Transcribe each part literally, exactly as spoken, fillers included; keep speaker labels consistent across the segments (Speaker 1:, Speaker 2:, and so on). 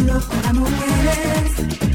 Speaker 1: Solo para mujeres.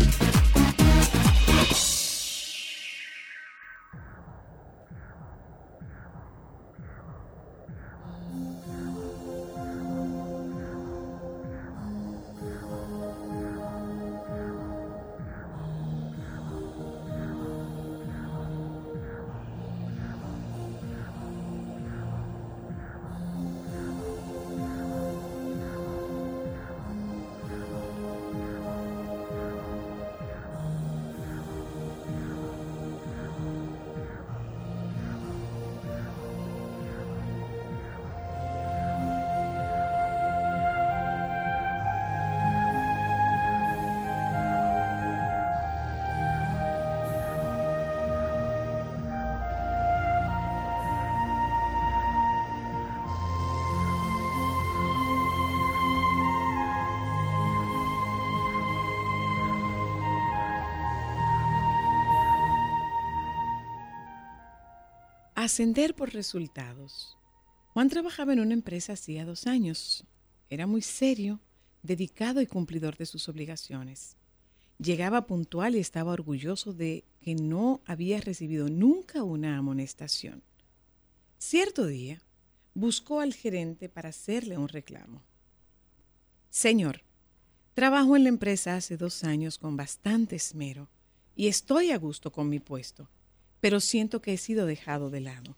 Speaker 2: Ascender por resultados. Juan trabajaba en una empresa hacía dos años. Era muy serio, dedicado y cumplidor de sus obligaciones. Llegaba puntual y estaba orgulloso de que no había recibido nunca una amonestación. Cierto día, buscó al gerente para hacerle un reclamo. Señor, trabajo en la empresa hace dos años con bastante esmero y estoy a gusto con mi puesto, pero siento que he sido dejado de lado.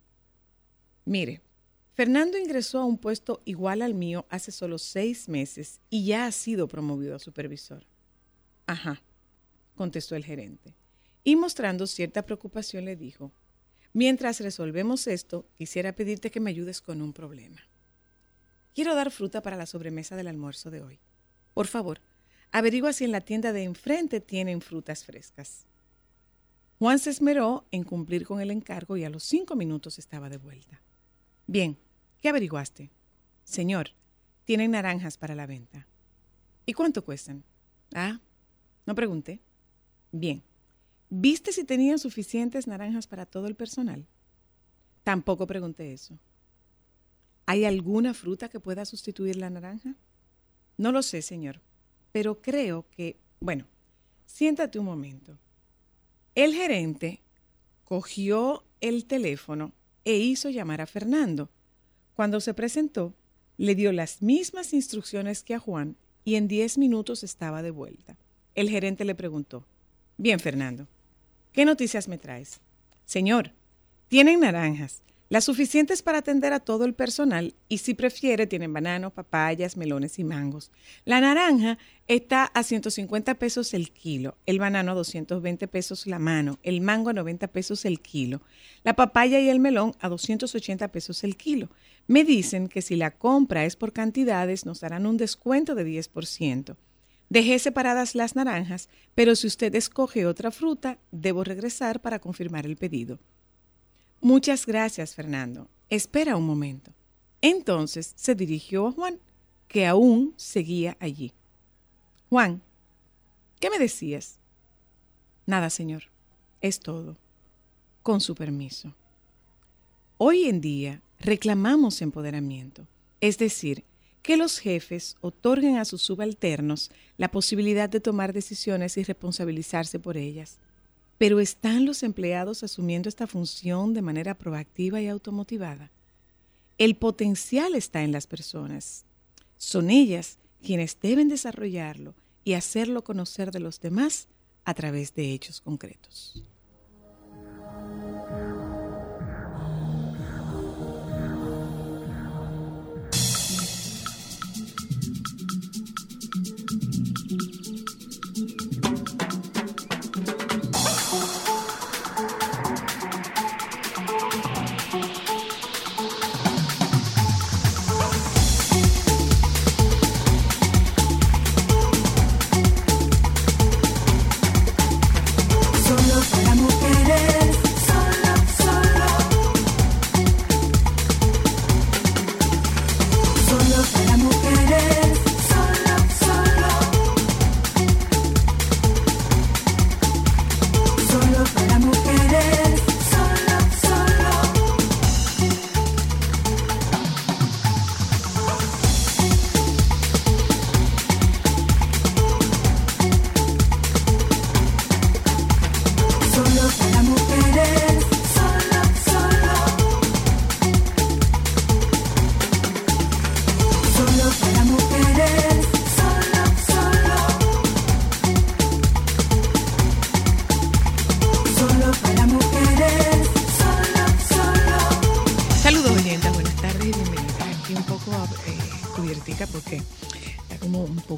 Speaker 2: Mire, Fernando ingresó a un puesto igual al mío hace solo seis meses y ya ha sido promovido a supervisor. Ajá, contestó el gerente. Y mostrando cierta preocupación le dijo, mientras resolvemos esto, quisiera pedirte que me ayudes con un problema. Quiero dar fruta para la sobremesa del almuerzo de hoy. Por favor, averigua si en la tienda de enfrente tienen frutas frescas. Juan se esmeró en cumplir con el encargo y a los cinco minutos estaba de vuelta. Bien, ¿qué averiguaste? Señor, tienen naranjas para la venta. ¿Y cuánto cuestan? Ah, no pregunté. Bien, ¿viste si tenían suficientes naranjas para todo el personal? Tampoco pregunté eso. ¿Hay alguna fruta que pueda sustituir la naranja? No lo sé, señor, pero creo que... Bueno, siéntate un momento. El gerente cogió el teléfono e hizo llamar a Fernando. Cuando se presentó, le dio las mismas instrucciones que a Juan y en diez minutos estaba de vuelta. El gerente le preguntó, bien, Fernando, ¿qué noticias me traes? Señor, tienen naranjas, las suficientes para atender a todo el personal y si prefiere tienen bananos, papayas, melones y mangos. La naranja está a ciento cincuenta pesos el kilo, el banano a doscientos veinte pesos la mano, el mango a noventa pesos el kilo, la papaya y el melón a doscientos ochenta pesos el kilo. Me dicen que si la compra es por cantidades nos darán un descuento de diez por ciento. Dejé separadas las naranjas, pero si usted escoge otra fruta, debo regresar para confirmar el pedido. Muchas gracias, Fernando. Espera un momento. Entonces se dirigió a Juan, que aún seguía allí. Juan, ¿qué me decías? Nada, señor. Es todo. Con su permiso. Hoy en día reclamamos empoderamiento, es decir, que los jefes otorguen a sus subalternos la posibilidad de tomar decisiones y responsabilizarse por ellas. Pero ¿están los empleados asumiendo esta función de manera proactiva y automotivada? El potencial está en las personas. Son ellas quienes deben desarrollarlo y hacerlo conocer de los demás a través de hechos concretos.
Speaker 1: Solo para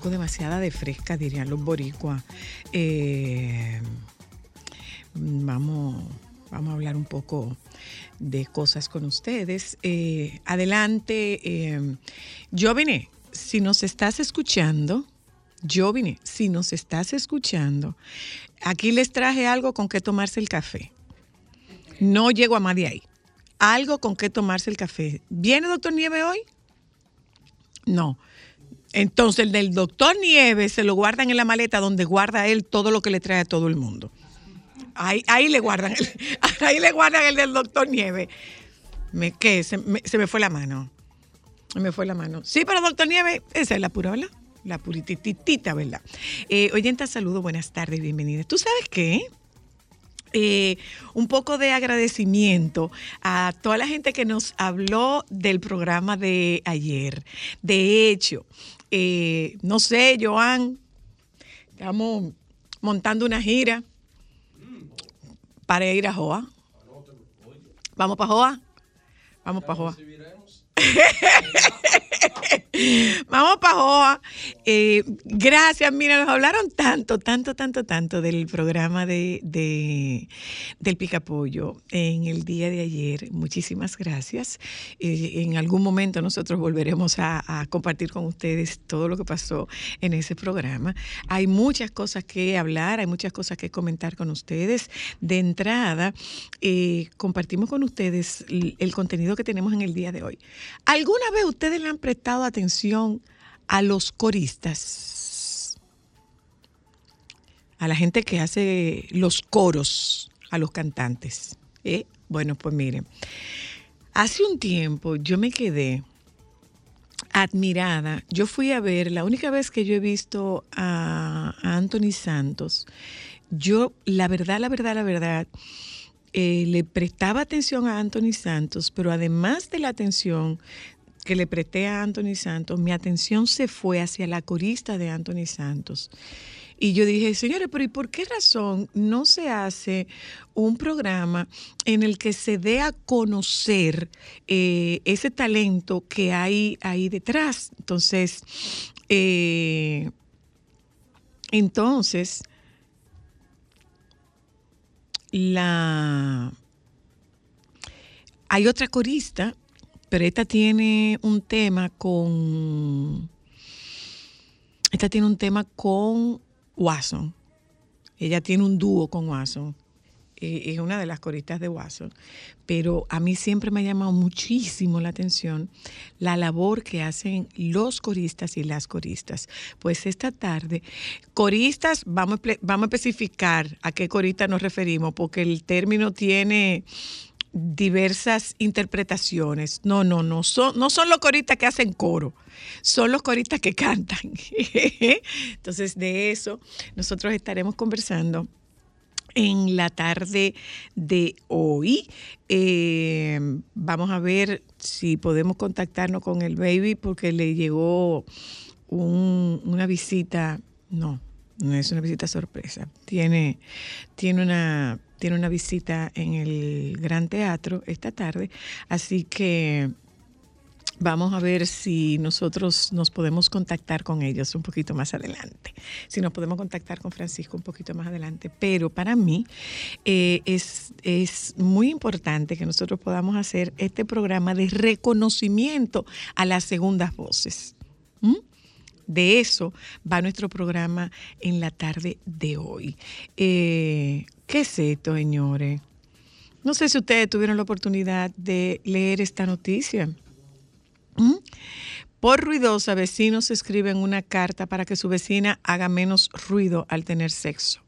Speaker 2: poco demasiada de fresca, dirían los boricuas. Eh, vamos, vamos a hablar un poco de cosas con ustedes. Eh, adelante, eh, Jovine, si nos estás escuchando, Jovine, si nos estás escuchando, aquí les traje algo con que tomarse el café. No llego a más de ahí. Algo con que tomarse el café. ¿Viene doctor Nieves hoy? No. Entonces el del doctor Nieves se lo guardan en la maleta donde guarda él todo lo que le trae a todo el mundo. Ahí, ahí le guardan el, ahí le guardan el del doctor Nieves. Me, ¿Qué? Se me, se me fue la mano. Se me fue la mano. Sí, pero doctor Nieves, esa es la pura, ¿verdad? La purititita, ¿verdad? Eh, oyenta, saludo, buenas tardes, bienvenidas. ¿Tú sabes qué? Eh, un poco de agradecimiento a toda la gente que nos habló del programa de ayer. De hecho, eh, no sé, Joan, estamos montando una gira para ir a Joa. ¿Vamos para Joa? Vamos para Joa. Vamos para Joa. Eh, gracias, mira, nos hablaron tanto, tanto, tanto, tanto del programa de, de del Picapollo en el día de ayer. Muchísimas gracias. Eh, en algún momento nosotros volveremos a, a compartir con ustedes todo lo que pasó en ese programa. Hay muchas cosas que hablar, hay muchas cosas que comentar con ustedes. De entrada, eh, compartimos con ustedes el, el contenido que tenemos en el día de hoy. ¿Alguna vez ustedes le han prestado atención a los coristas? A la gente que hace los coros, a los cantantes. ¿Eh? Bueno, pues miren, hace un tiempo yo me quedé admirada. Yo fui a ver, la única vez que yo he visto a, a Anthony Santos, yo, la verdad, la verdad, la verdad, eh, le prestaba atención a Anthony Santos, pero además de la atención que le presté a Anthony Santos, mi atención se fue hacia la corista de Anthony Santos. Y yo dije, señores, pero ¿y por qué razón no se hace un programa en el que se dé a conocer eh, ese talento que hay ahí detrás? Entonces, eh, entonces, la hay otra corista, pero esta tiene un tema con esta tiene un tema con Watson. Ella tiene un dúo con Watson. Eh, es una de las coristas de Watson. Pero a mí siempre me ha llamado muchísimo la atención la labor que hacen los coristas y las coristas. Pues esta tarde, coristas, vamos a, vamos a especificar a qué corista nos referimos, porque el término tiene diversas interpretaciones. No, no, no son, no son los coristas que hacen coro, son los coristas que cantan. Entonces, de eso nosotros estaremos conversando en la tarde de hoy. Eh, vamos a ver si podemos contactarnos con el baby porque le llegó un, una visita. No, no es una visita sorpresa. Tiene, tiene una... Tiene una visita en el Gran Teatro esta tarde, así que vamos a ver si nosotros nos podemos contactar con ellos un poquito más adelante, si nos podemos contactar con Francisco un poquito más adelante. Pero para mí eh, es, es muy importante que nosotros podamos hacer este programa de reconocimiento a las segundas voces. ¿Mm? De eso va nuestro programa en la tarde de hoy. Eh, ¿Qué es esto, señores? No sé si ustedes tuvieron la oportunidad de leer esta noticia. ¿Mm? Por ruidosa, vecinos escriben una carta para que su vecina haga menos ruido al tener sexo.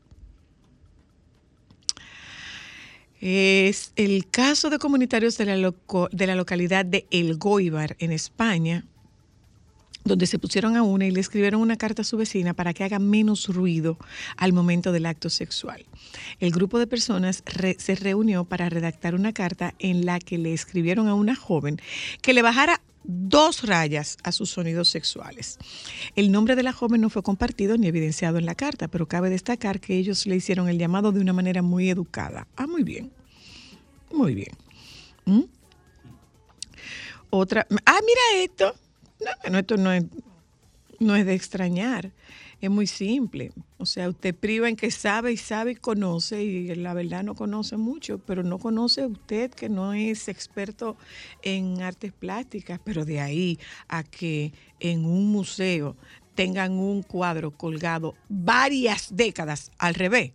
Speaker 2: Es el caso de comunitarios de la, loco, de la localidad de El Goibar, en España, donde se pusieron a una y le escribieron una carta a su vecina para que haga menos ruido al momento del acto sexual. El grupo de personas re, se reunió para redactar una carta en la que le escribieron a una joven que le bajara dos rayas a sus sonidos sexuales. El nombre de la joven no fue compartido ni evidenciado en la carta, pero cabe destacar que ellos le hicieron el llamado de una manera muy educada. Ah, muy bien. Muy bien. ¿Mm? Otra. Ah, mira esto. No, bueno, esto no es, No es de extrañar, es muy simple. O sea, usted priva en que sabe y sabe y conoce, y la verdad no conoce mucho, pero no conoce usted que no es experto en artes plásticas, pero de ahí a que en un museo tengan un cuadro colgado varias décadas al revés.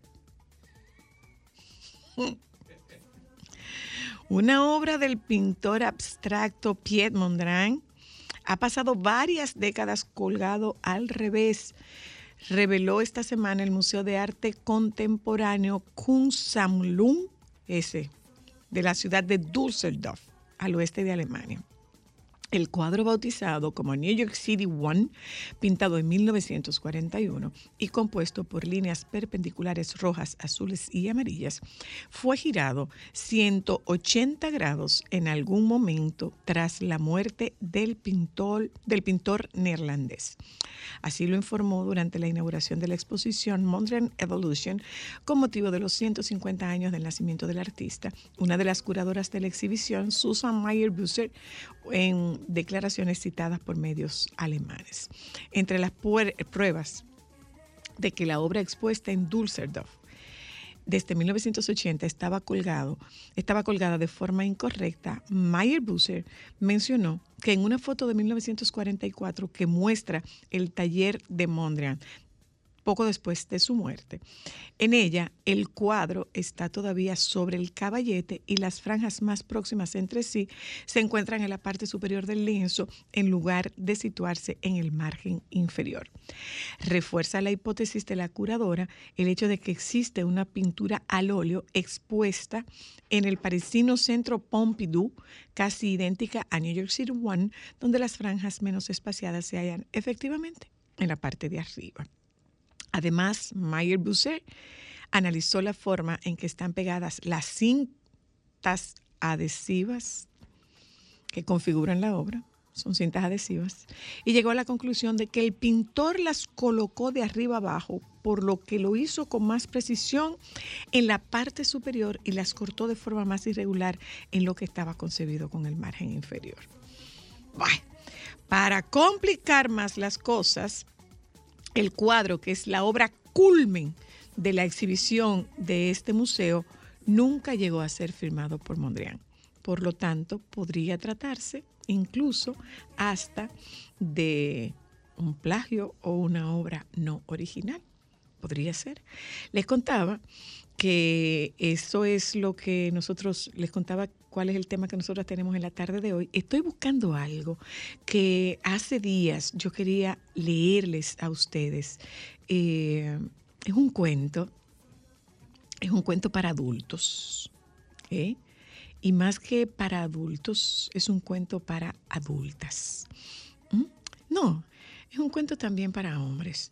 Speaker 2: Una obra del pintor abstracto Piet Mondrian ha pasado varias décadas colgado al revés, reveló esta semana el Museo de Arte Contemporáneo Kunstsammlung ese, de la ciudad de Düsseldorf, al oeste de Alemania. El cuadro, bautizado como New York City One, pintado en mil novecientos cuarenta y uno y compuesto por líneas perpendiculares rojas, azules y amarillas, fue girado ciento ochenta grados en algún momento tras la muerte del pintor, del pintor neerlandés. Así lo informó durante la inauguración de la exposición Mondrian Evolution, con motivo de los ciento cincuenta años del nacimiento del artista. Una de las curadoras de la exhibición, Susan Meyer-Busser, en declaraciones citadas por medios alemanes. Entre las pruebas de que la obra expuesta en Düsseldorf desde mil novecientos ochenta estaba colgado, estaba colgada de forma incorrecta, Meyer-Busser mencionó que en una foto de mil novecientos cuarenta y cuatro que muestra el taller de Mondrian poco después de su muerte, en ella el cuadro está todavía sobre el caballete y las franjas más próximas entre sí se encuentran en la parte superior del lienzo en lugar de situarse en el margen inferior. Refuerza la hipótesis de la curadora el hecho de que existe una pintura al óleo expuesta en el parisino Centro Pompidou, casi idéntica a New York City One, donde las franjas menos espaciadas se hallan efectivamente en la parte de arriba. Además, Meyer-Busser analizó la forma en que están pegadas las cintas adhesivas que configuran la obra, son cintas adhesivas, y llegó a la conclusión de que el pintor las colocó de arriba abajo, por lo que lo hizo con más precisión en la parte superior y las cortó de forma más irregular en lo que estaba concebido con el margen inferior. Bueno, para complicar más las cosas, el cuadro, que es la obra culmen de la exhibición de este museo, nunca llegó a ser firmado por Mondrian. Por lo tanto, podría tratarse incluso hasta de un plagio o una obra no original. Podría ser. Les contaba que eso es lo que nosotros, les contaba cuál es el tema que nosotros tenemos en la tarde de hoy. Estoy buscando algo que hace días yo quería leerles a ustedes. Eh, es un cuento, es un cuento para adultos, ¿eh? Y más que para adultos, es un cuento para adultas. ¿Mm? No, es un cuento también para hombres.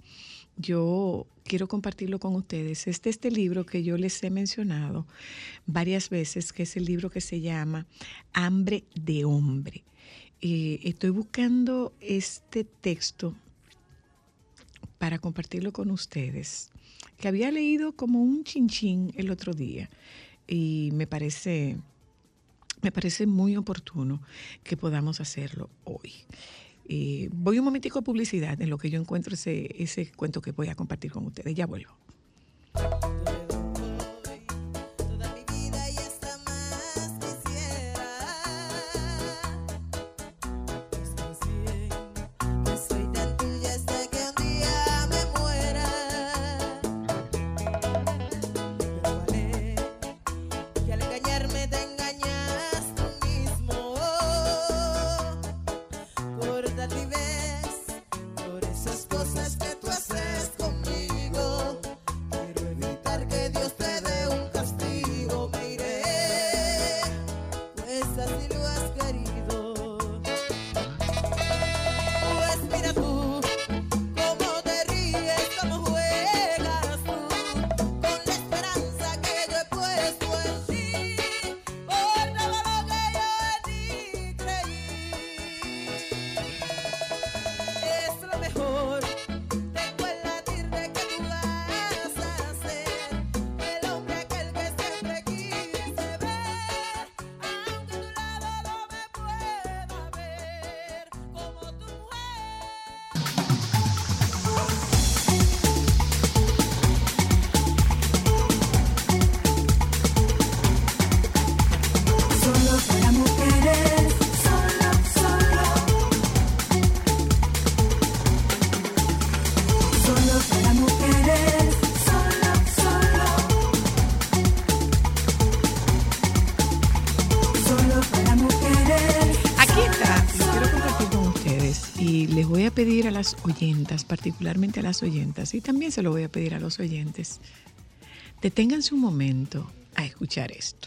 Speaker 2: Yo quiero compartirlo con ustedes. Es de este libro que yo les he mencionado varias veces, que es el libro que se llama Hambre de Hombre. Eh, estoy buscando este texto para compartirlo con ustedes, que había leído como un chinchín el otro día y me parece, me parece muy oportuno que podamos hacerlo hoy. Eh, voy un momentico a publicidad en lo que yo encuentro ese, ese cuento que voy a compartir con ustedes. Ya vuelvo.
Speaker 1: Por esas cosas que tú haces conmigo.
Speaker 2: las oyentas, particularmente a las oyentas, y también se lo voy a pedir a los oyentes, deténganse un momento a escuchar esto.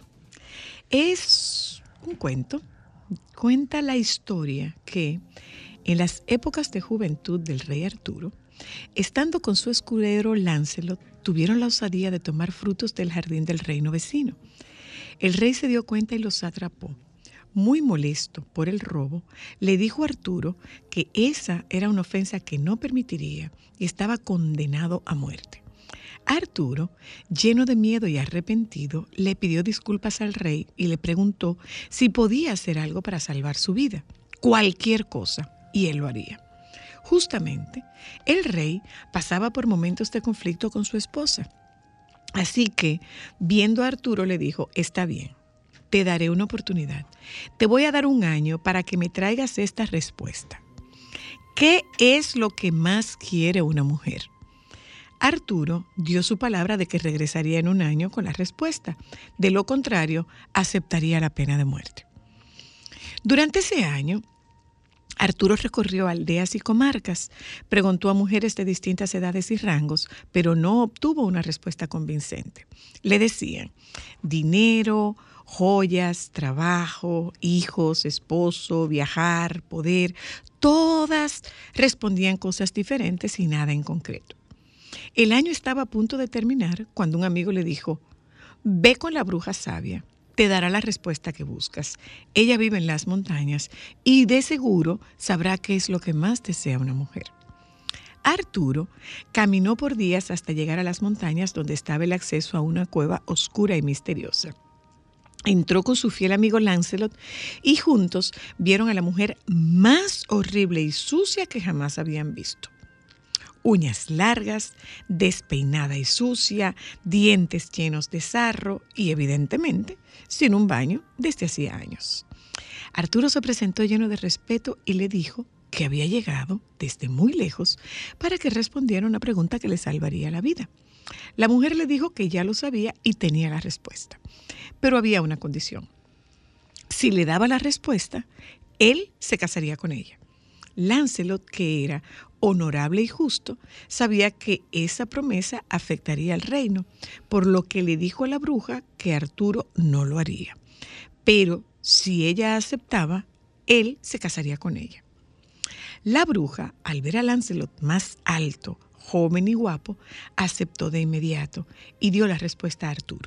Speaker 2: Es un cuento, cuenta la historia que en las épocas de juventud del rey Arturo, estando con su escudero Lancelot, tuvieron la osadía de tomar frutos del jardín del reino vecino. El rey se dio cuenta y los atrapó. Muy molesto por el robo, le dijo a Arturo que esa era una ofensa que no permitiría y estaba condenado a muerte. Arturo, lleno de miedo y arrepentido, le pidió disculpas al rey y le preguntó si podía hacer algo para salvar su vida, cualquier cosa, y él lo haría. Justamente, el rey pasaba por momentos de conflicto con su esposa. Así que, viendo a Arturo, le dijo, está bien, te daré una oportunidad. Te voy a dar un año para que me traigas esta respuesta. ¿Qué es lo que más quiere una mujer? Arturo dio su palabra de que regresaría en un año con la respuesta. De lo contrario, aceptaría la pena de muerte. Durante ese año, Arturo recorrió aldeas y comarcas, preguntó a mujeres de distintas edades y rangos, pero no obtuvo una respuesta convincente. Le decían dinero, joyas, trabajo, hijos, esposo, viajar, poder. Todas respondían cosas diferentes y nada en concreto. El año estaba a punto de terminar cuando un amigo le dijo, ve con la bruja sabia. Te dará la respuesta que buscas. Ella vive en las montañas y de seguro sabrá qué es lo que más desea una mujer. Arturo caminó por días hasta llegar a las montañas donde estaba el acceso a una cueva oscura y misteriosa. Entró con su fiel amigo Lancelot y juntos vieron a la mujer más horrible y sucia que jamás habían visto. Uñas largas, despeinada y sucia, dientes llenos de sarro y, evidentemente, sin un baño desde hacía años. Arturo se presentó lleno de respeto y le dijo que había llegado desde muy lejos para que respondiera una pregunta que le salvaría la vida. La mujer le dijo que ya lo sabía y tenía la respuesta, pero había una condición. Si le daba la respuesta, él se casaría con ella. Lancelot, que era honorable y justo, sabía que esa promesa afectaría al reino, por lo que le dijo a la bruja que Arturo no lo haría. Pero si ella aceptaba, él se casaría con ella. La bruja, al ver a Lancelot más alto, joven y guapo, aceptó de inmediato y dio la respuesta a Arturo.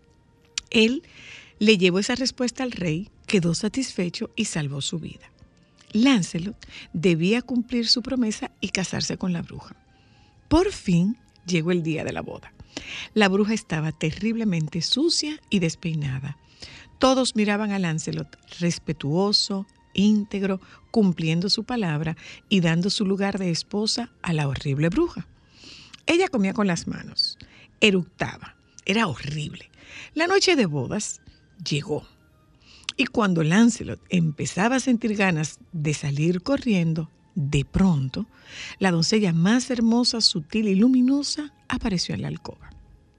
Speaker 2: Él le llevó esa respuesta al rey, quedó satisfecho y salvó su vida. Lancelot debía cumplir su promesa y casarse con la bruja. Por fin llegó el día de la boda. La bruja estaba terriblemente sucia y despeinada. Todos miraban a Lancelot respetuoso, íntegro, cumpliendo su palabra y dando su lugar de esposa a la horrible bruja. Ella comía con las manos, eructaba, era horrible. La noche de bodas llegó. Y cuando Lancelot empezaba a sentir ganas de salir corriendo, de pronto, la doncella más hermosa, sutil y luminosa apareció en la alcoba.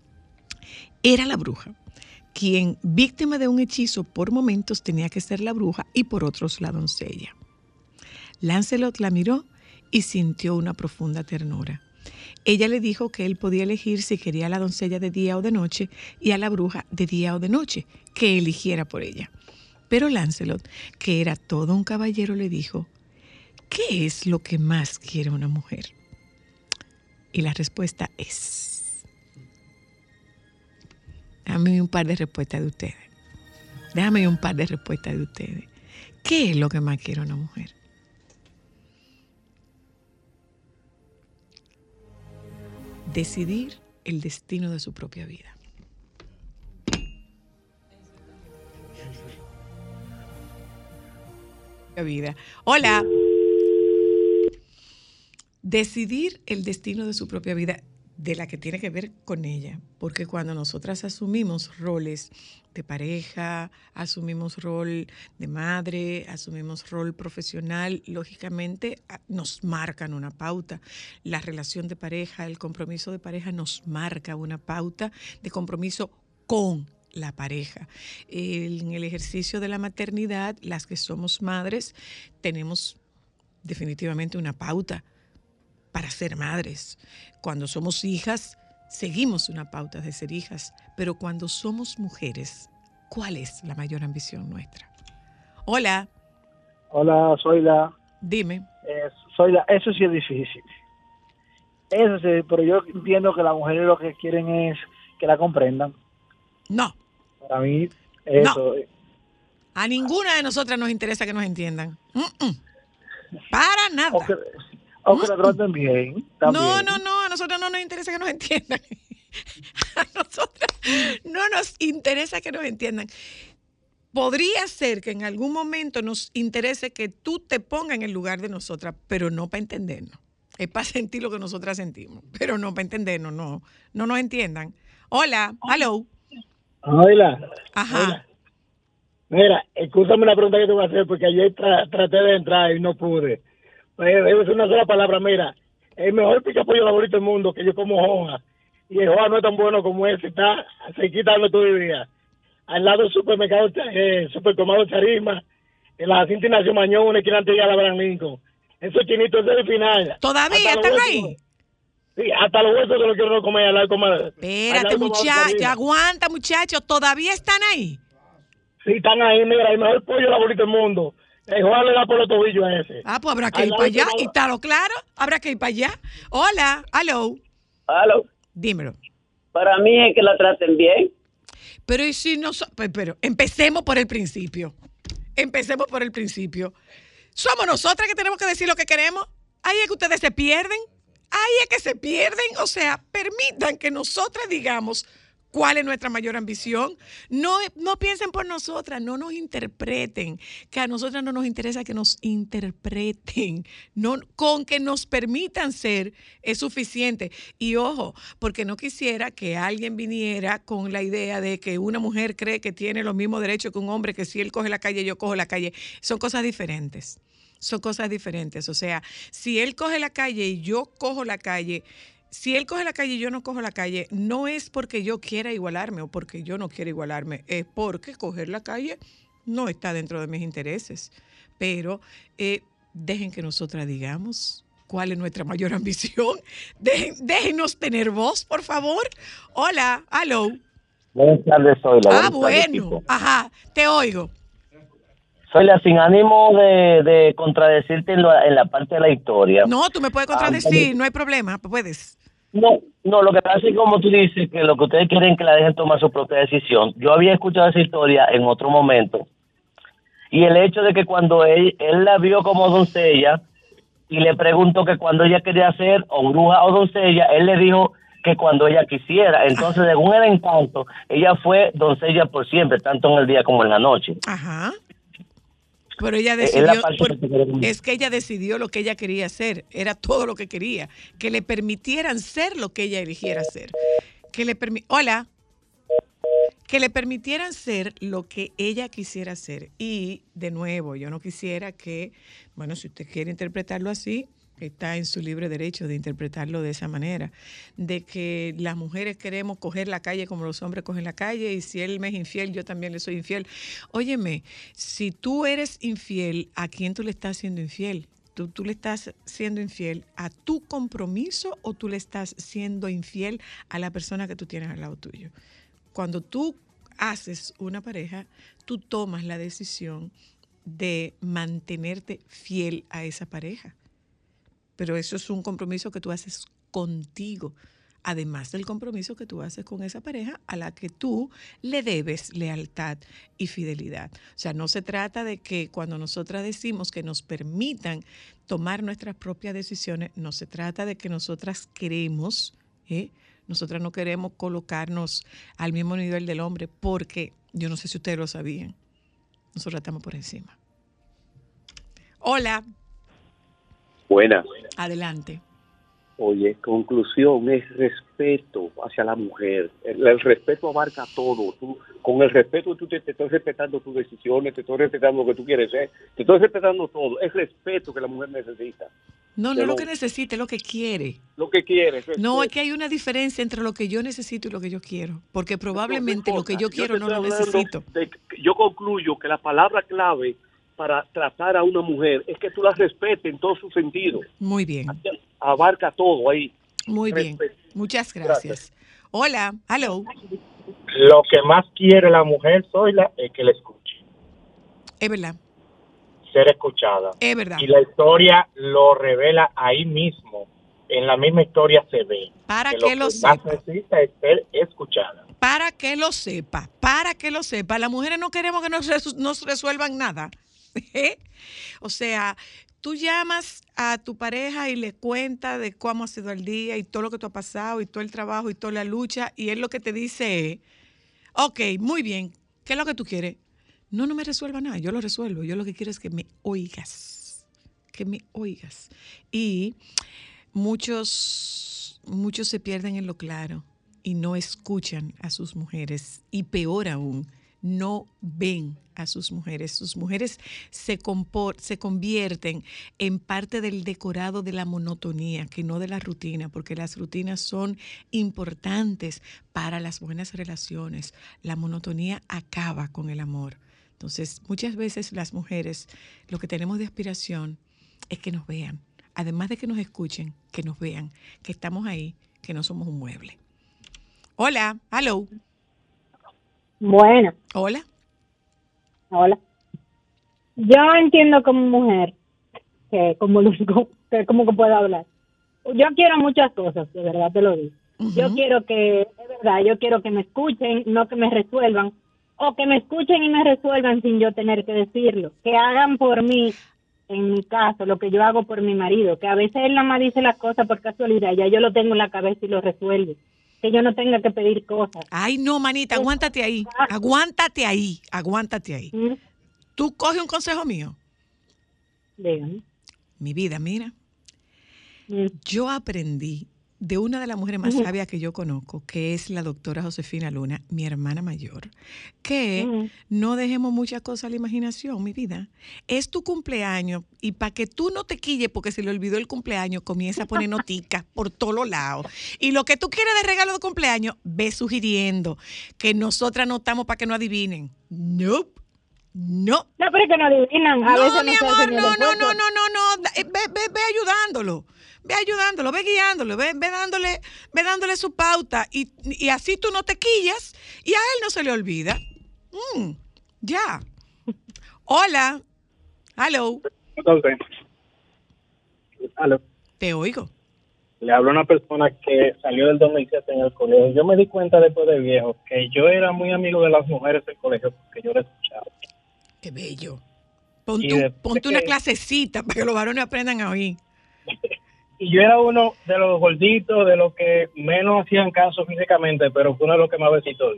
Speaker 2: Era la bruja, quien, víctima de un hechizo, por momentos tenía que ser la bruja y por otros la doncella. Lancelot la miró y sintió una profunda ternura. Ella le dijo que él podía elegir si quería a la doncella de día o de noche y a la bruja de día o de noche, que eligiera por ella. Pero Lancelot, que era todo un caballero, le dijo, ¿qué es lo que más quiere una mujer? Y la respuesta es, déjame un par de respuestas de ustedes. Déjame un par de respuestas de ustedes. ¿Qué es lo que más quiere una mujer? Decidir el destino de su propia vida. Vida. Hola. Decidir el destino de su propia vida, de la que tiene que ver con ella, porque cuando nosotras asumimos roles de pareja, asumimos rol de madre, asumimos rol profesional, lógicamente nos marcan una pauta. La relación de pareja, el compromiso de pareja nos marca una pauta de compromiso con la pareja. En el ejercicio de la maternidad, las que somos madres tenemos definitivamente una pauta para ser madres. Cuando somos hijas, seguimos una pauta de ser hijas, pero cuando somos mujeres, ¿cuál es la mayor ambición nuestra? Hola.
Speaker 3: Hola, soy la...
Speaker 2: Dime.
Speaker 3: Eh, soy la... Eso sí es difícil. Eso sí, pero yo entiendo que las mujeres lo que quieren es que la comprendan.
Speaker 2: No.
Speaker 3: Para mí, eso...
Speaker 2: No. A ninguna de nosotras nos interesa que nos entiendan. Mm-mm. Para nada.
Speaker 3: O que, o que la traten bien. También.
Speaker 2: No, no, no, a nosotros no nos interesa que nos entiendan. A nosotras no nos interesa que nos entiendan. Podría ser que en algún momento nos interese que tú te pongas en el lugar de nosotras, pero no para entendernos. Es para sentir lo que nosotras sentimos, pero no para entendernos, no. No nos entiendan. Hola, hello.
Speaker 3: Hola.
Speaker 2: Ajá.
Speaker 3: Hola. Mira, escúchame una pregunta que te voy a hacer, porque ayer tra traté de entrar y no pude. Es una sola palabra, mira. El mejor pica pollo favorito del mundo, que yo como hoja. Y el hoja no es tan bueno como ese, está cerquita donde tú vivías. Al lado del supermercado, eh, supertomado Charisma, en la Jacinta Ignacio Mañón, una esquina anterior a la Abraham Lincoln. Esos chinitos, ese es el final.
Speaker 2: ¿Todavía están ahí?
Speaker 3: Sí, hasta los huesos se los quiero comer al lado como...
Speaker 2: Espérate, muchacho, aguanta, muchacho, ¿todavía están ahí?
Speaker 3: Sí, están ahí, mira, el mejor pollo favorito del mundo. El Juan le da por los tobillos a ese.
Speaker 2: Ah, pues habrá que ir para allá, y está lo claro, habrá que ir para allá. Hola, hello.
Speaker 4: Hello.
Speaker 2: Dímelo.
Speaker 4: Para mí es que la traten bien.
Speaker 2: Pero y si no, so pero, pero empecemos por el principio. Empecemos por el principio. Somos nosotras que tenemos que decir lo que queremos. Ahí es que ustedes se pierden. Ahí es que se pierden. O sea, permitan que nosotras digamos cuál es nuestra mayor ambición. No, no piensen por nosotras, no nos interpreten. Que a nosotras no nos interesa que nos interpreten. No, con que nos permitan ser es suficiente. Y ojo, porque no quisiera que alguien viniera con la idea de que una mujer cree que tiene los mismos derechos que un hombre, que si él coge la calle, yo cojo la calle. Son cosas diferentes. Son cosas diferentes. O sea, si él coge la calle y yo cojo la calle, si él coge la calle y yo no cojo la calle, no es porque yo quiera igualarme o porque yo no quiera igualarme, es porque coger la calle no está dentro de mis intereses. Pero eh, dejen que nosotras digamos cuál es nuestra mayor ambición. Dejen, déjenos tener voz, por favor. Hola, hello.
Speaker 4: Buenas tardes, soy la.
Speaker 2: Ah, bueno, ajá, te oigo.
Speaker 4: Soy la sin ánimo de, de contradecirte en, lo, en la parte de la historia.
Speaker 2: No, tú me puedes contradecir, ah, no hay problema, puedes.
Speaker 4: No, no, lo que pasa es que como tú dices, que lo que ustedes quieren es que la dejen tomar su propia decisión. Yo había escuchado esa historia en otro momento. Y el hecho de que cuando él, él la vio como doncella y le preguntó que cuando ella quería ser o bruja o doncella, él le dijo que cuando ella quisiera. Entonces,
Speaker 2: Ajá.
Speaker 4: según el encanto, ella fue doncella por siempre, tanto en el día como en la noche.
Speaker 2: Ajá. Pero ella decidió, por, es que ella decidió lo que ella quería hacer, era todo lo que quería, que le permitieran ser lo que ella eligiera ser, que le permi hola, que le permitieran ser lo que ella quisiera ser. Y de nuevo, yo no quisiera que, bueno, si usted quiere interpretarlo así, está en su libre derecho de interpretarlo de esa manera, de que las mujeres queremos coger la calle como los hombres cogen la calle y si él me es infiel, yo también le soy infiel. Óyeme, si tú eres infiel, ¿a quién tú le estás siendo infiel? ¿Tú, tú le estás siendo infiel a tu compromiso o tú le estás siendo infiel a la persona que tú tienes al lado tuyo? Cuando tú haces una pareja, tú tomas la decisión de mantenerte fiel a esa pareja. Pero eso es un compromiso que tú haces contigo, además del compromiso que tú haces con esa pareja a la que tú le debes lealtad y fidelidad. O sea, no se trata de que cuando nosotras decimos que nos permitan tomar nuestras propias decisiones, no se trata de que nosotras queremos, ¿eh? Nosotras no queremos colocarnos al mismo nivel del hombre porque, yo no sé si ustedes lo sabían, nosotras estamos por encima. Hola.
Speaker 5: Buenas.
Speaker 2: Adelante.
Speaker 5: Oye, conclusión es respeto hacia la mujer. El, el respeto abarca todo. Tú, con el respeto tú te, te estás respetando tus decisiones, te estás respetando lo que tú quieres ser, te estás respetando todo. Es respeto que la mujer necesita.
Speaker 2: No, no es lo que necesita, es lo que quiere.
Speaker 5: Lo que quiere.
Speaker 2: No, es que hay una diferencia entre lo que yo necesito y lo que yo quiero. Porque probablemente lo que yo quiero
Speaker 5: yo
Speaker 2: no lo necesito.
Speaker 5: De, yo concluyo que la palabra clave para tratar a una mujer es que tú la respetes en todo su sentido.
Speaker 2: Muy bien.
Speaker 5: Abarca todo ahí.
Speaker 2: Muy bien.
Speaker 5: Respeto.
Speaker 2: Muchas gracias. gracias. Hola, hello.
Speaker 3: Lo que más quiere la mujer, Zoila, es que la escuche.
Speaker 2: Es verdad.
Speaker 3: Ser escuchada.
Speaker 2: Es verdad.
Speaker 3: Y la historia lo revela ahí mismo. En la misma historia se ve.
Speaker 2: Para que,
Speaker 3: que
Speaker 2: lo,
Speaker 3: lo que
Speaker 2: sepa.
Speaker 3: más necesita es ser escuchada.
Speaker 2: Para que lo sepa. Para que lo sepa. Las mujeres no queremos que nos, resu- nos resuelvan nada. ¿Eh? O sea, tú llamas a tu pareja y le cuentas de cómo ha sido el día y todo lo que te ha pasado y todo el trabajo y toda la lucha y él lo que te dice es, ok, muy bien, ¿qué es lo que tú quieres? No, no me resuelva nada, yo lo resuelvo. Yo lo que quiero es que me oigas, que me oigas. Y muchos, muchos se pierden en lo claro y no escuchan a sus mujeres y peor aún, no ven a sus mujeres. Sus mujeres se, compor- se convierten en parte del decorado de la monotonía, que no de la rutina, porque las rutinas son importantes para las buenas relaciones. La monotonía acaba con el amor. Entonces, muchas veces las mujeres lo que tenemos de aspiración es que nos vean. Además de que nos escuchen, que nos vean, que estamos ahí, que no somos un mueble. Hola, hello.
Speaker 6: Bueno.
Speaker 2: Hola.
Speaker 6: Hola. Yo entiendo como mujer que como, que como que puedo hablar. Yo quiero muchas cosas, de verdad te lo digo. Uh-huh. Yo quiero que, de verdad, yo quiero que me escuchen, no que me resuelvan, o que me escuchen y me resuelvan sin yo tener que decirlo. Que hagan por mí, en mi caso, lo que yo hago por mi marido, que a veces él nada más dice las cosas por casualidad, ya yo lo tengo en la cabeza y lo resuelvo. Que yo no tenga que pedir cosas.
Speaker 2: Ay, no, manita, aguántate ahí, aguántate ahí, aguántate ahí. ¿Mm? ¿Tú coges un consejo mío?
Speaker 6: Dígame.
Speaker 2: Mi vida, mira, ¿Mm? Yo aprendí de una de las mujeres más uh-huh. sabias que yo conozco, que es la doctora Josefina Luna, mi hermana mayor, que uh-huh. no dejemos muchas cosas a la imaginación, mi vida. Es tu cumpleaños y para que tú no te quilles porque se le olvidó el cumpleaños, comienza a poner noticas por todos los lados. Y lo que tú quieres de regalo de cumpleaños, ve sugiriendo que nosotras no estamos para que no adivinen. Nope. No.
Speaker 6: No, pero es que no adivinan. A
Speaker 2: no,
Speaker 6: veces
Speaker 2: mi
Speaker 6: no
Speaker 2: amor, no, no, no, no, no, no. Ve, ve, ve ayudándolo. Ve ayudándolo, ve guiándolo, ve, ve dándole, ve dándole su pauta y, y así tú no te quillas y a él no se le olvida. Mm, ya. Hola. Hello.
Speaker 3: Entonces, hello.
Speaker 2: Te oigo.
Speaker 3: Le hablo a una persona que salió del dos mil siete en el colegio. Yo me di cuenta después de viejo que yo era muy amigo de las mujeres del colegio porque yo la escuchaba.
Speaker 2: Qué bello. Ponte, ponte una que... clasecita para que los varones aprendan a oír.
Speaker 3: Y yo era uno de los gorditos, de los que menos hacían caso físicamente, pero fue uno de los que más besito.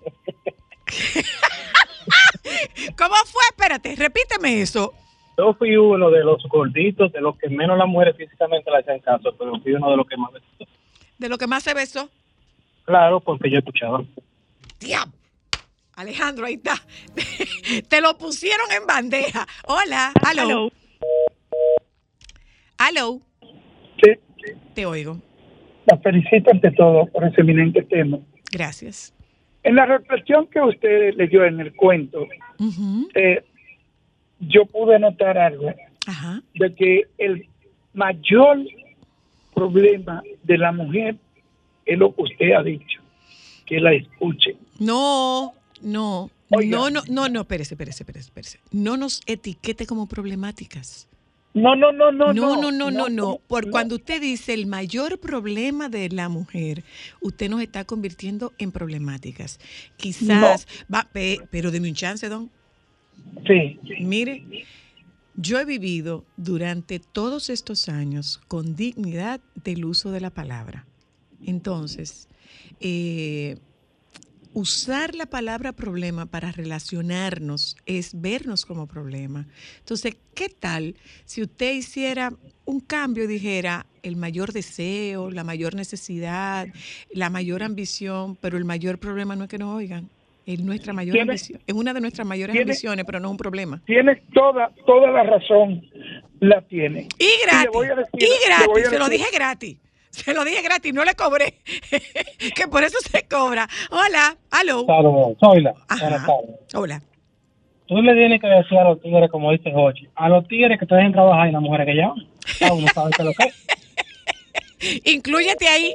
Speaker 2: ¿Cómo fue? Espérate, repíteme eso.
Speaker 3: Yo fui uno de los gorditos, de los que menos las mujeres físicamente le hacían caso, pero fui uno de los que más besó.
Speaker 2: ¿De lo que más se besó?
Speaker 3: Claro, porque yo escuchaba.
Speaker 2: ¡Diablo! Alejandro, ahí está. Te lo pusieron en bandeja. Hola, hello. Hello.
Speaker 3: Sí.
Speaker 2: Te oigo.
Speaker 7: La felicito ante todo por ese eminente tema.
Speaker 2: Gracias.
Speaker 7: En la reflexión que usted leyó en el cuento, uh-huh. eh, yo pude notar algo,
Speaker 2: Ajá.
Speaker 7: de que el mayor problema de la mujer es lo que usted ha dicho, que la escuche.
Speaker 2: No, no, Oiga. no, no, no, no, espérese, espérese, espérese, espérese. No nos etiquete como problemáticas.
Speaker 7: No, no, no, no,
Speaker 2: no, no, no, no, no. Por no. Cuando usted dice el mayor problema de la mujer, usted nos está convirtiendo en problemáticas. Quizás, no. va, pero deme un chance, don.
Speaker 7: Sí.
Speaker 2: Mire, yo he vivido durante todos estos años con dignidad del uso de la palabra. Entonces, eh, usar la palabra problema para relacionarnos es vernos como problema. Entonces, ¿qué tal si usted hiciera un cambio y dijera el mayor deseo, la mayor necesidad, la mayor ambición, pero el mayor problema no es que nos oigan? Es nuestra mayor
Speaker 7: ¿Tiene,
Speaker 2: ambición. Es una de nuestras mayores
Speaker 7: tiene,
Speaker 2: ambiciones, pero no es un problema.
Speaker 7: Tienes toda, toda la razón, la tiene.
Speaker 2: Y gratis, y, decir, y gratis, se
Speaker 7: decir,
Speaker 2: lo dije gratis. Se lo dije gratis, no le cobré. Que por eso se cobra. Hola, hello.
Speaker 3: Saludos, soy la.
Speaker 2: Hola.
Speaker 8: Tú le tienes que decir a los tigres, como dice Jochi, a los tigres que te dejen trabajar y las mujeres que llaman. Cada uno sabe qué es lo que es.
Speaker 2: Inclúyete ahí.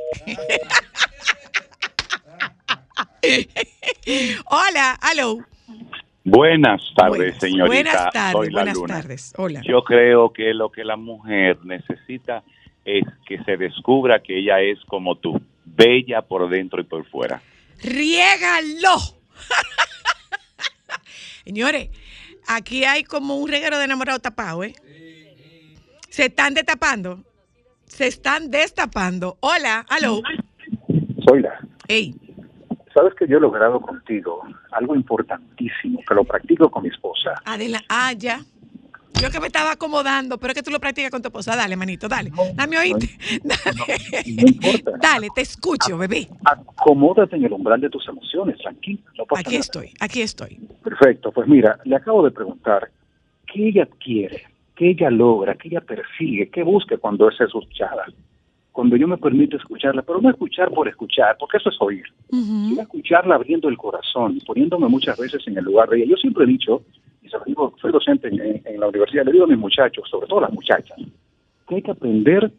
Speaker 2: Hola, aló.
Speaker 9: Buenas tardes,
Speaker 2: Buenas,
Speaker 9: señorita.
Speaker 2: buenas tardes,
Speaker 9: Soy la
Speaker 2: buenas
Speaker 9: Luna.
Speaker 2: tardes. Hola.
Speaker 9: Yo creo que lo que la mujer necesita es que se descubra que ella es como tú, bella por dentro y por fuera.
Speaker 2: ¡Riégalo! Señores, aquí hay como un reguero de enamorados tapados, ¿eh? Se están destapando. Se están destapando. Hola, aló.
Speaker 10: Soy la.
Speaker 2: Hey.
Speaker 10: Sabes que yo he logrado contigo algo importantísimo, que lo practico con mi esposa.
Speaker 2: Adela, ah, ya. Yo que me estaba acomodando, pero es que tú lo practicas con tu esposa. Dale, manito, dale. Dame oíste.
Speaker 10: No,
Speaker 2: Dale.
Speaker 10: no importa.
Speaker 2: Dale, te escucho, bebé.
Speaker 10: Acomódate en el umbral de tus emociones, tranquilo. No pasa
Speaker 2: Aquí
Speaker 10: nada.
Speaker 2: estoy, aquí estoy.
Speaker 10: Perfecto, pues mira, le acabo de preguntar qué ella quiere, qué ella logra, qué ella persigue, qué busca cuando es escuchada. Cuando yo me permito escucharla, pero no escuchar por escuchar, porque eso es oír.
Speaker 2: Uh-huh.
Speaker 10: Sino escucharla abriendo el corazón, poniéndome muchas veces en el lugar de ella. Yo siempre he dicho, y se lo digo, soy docente en, en, en la universidad, le digo a mis muchachos, sobre todo a las muchachas, que hay que aprender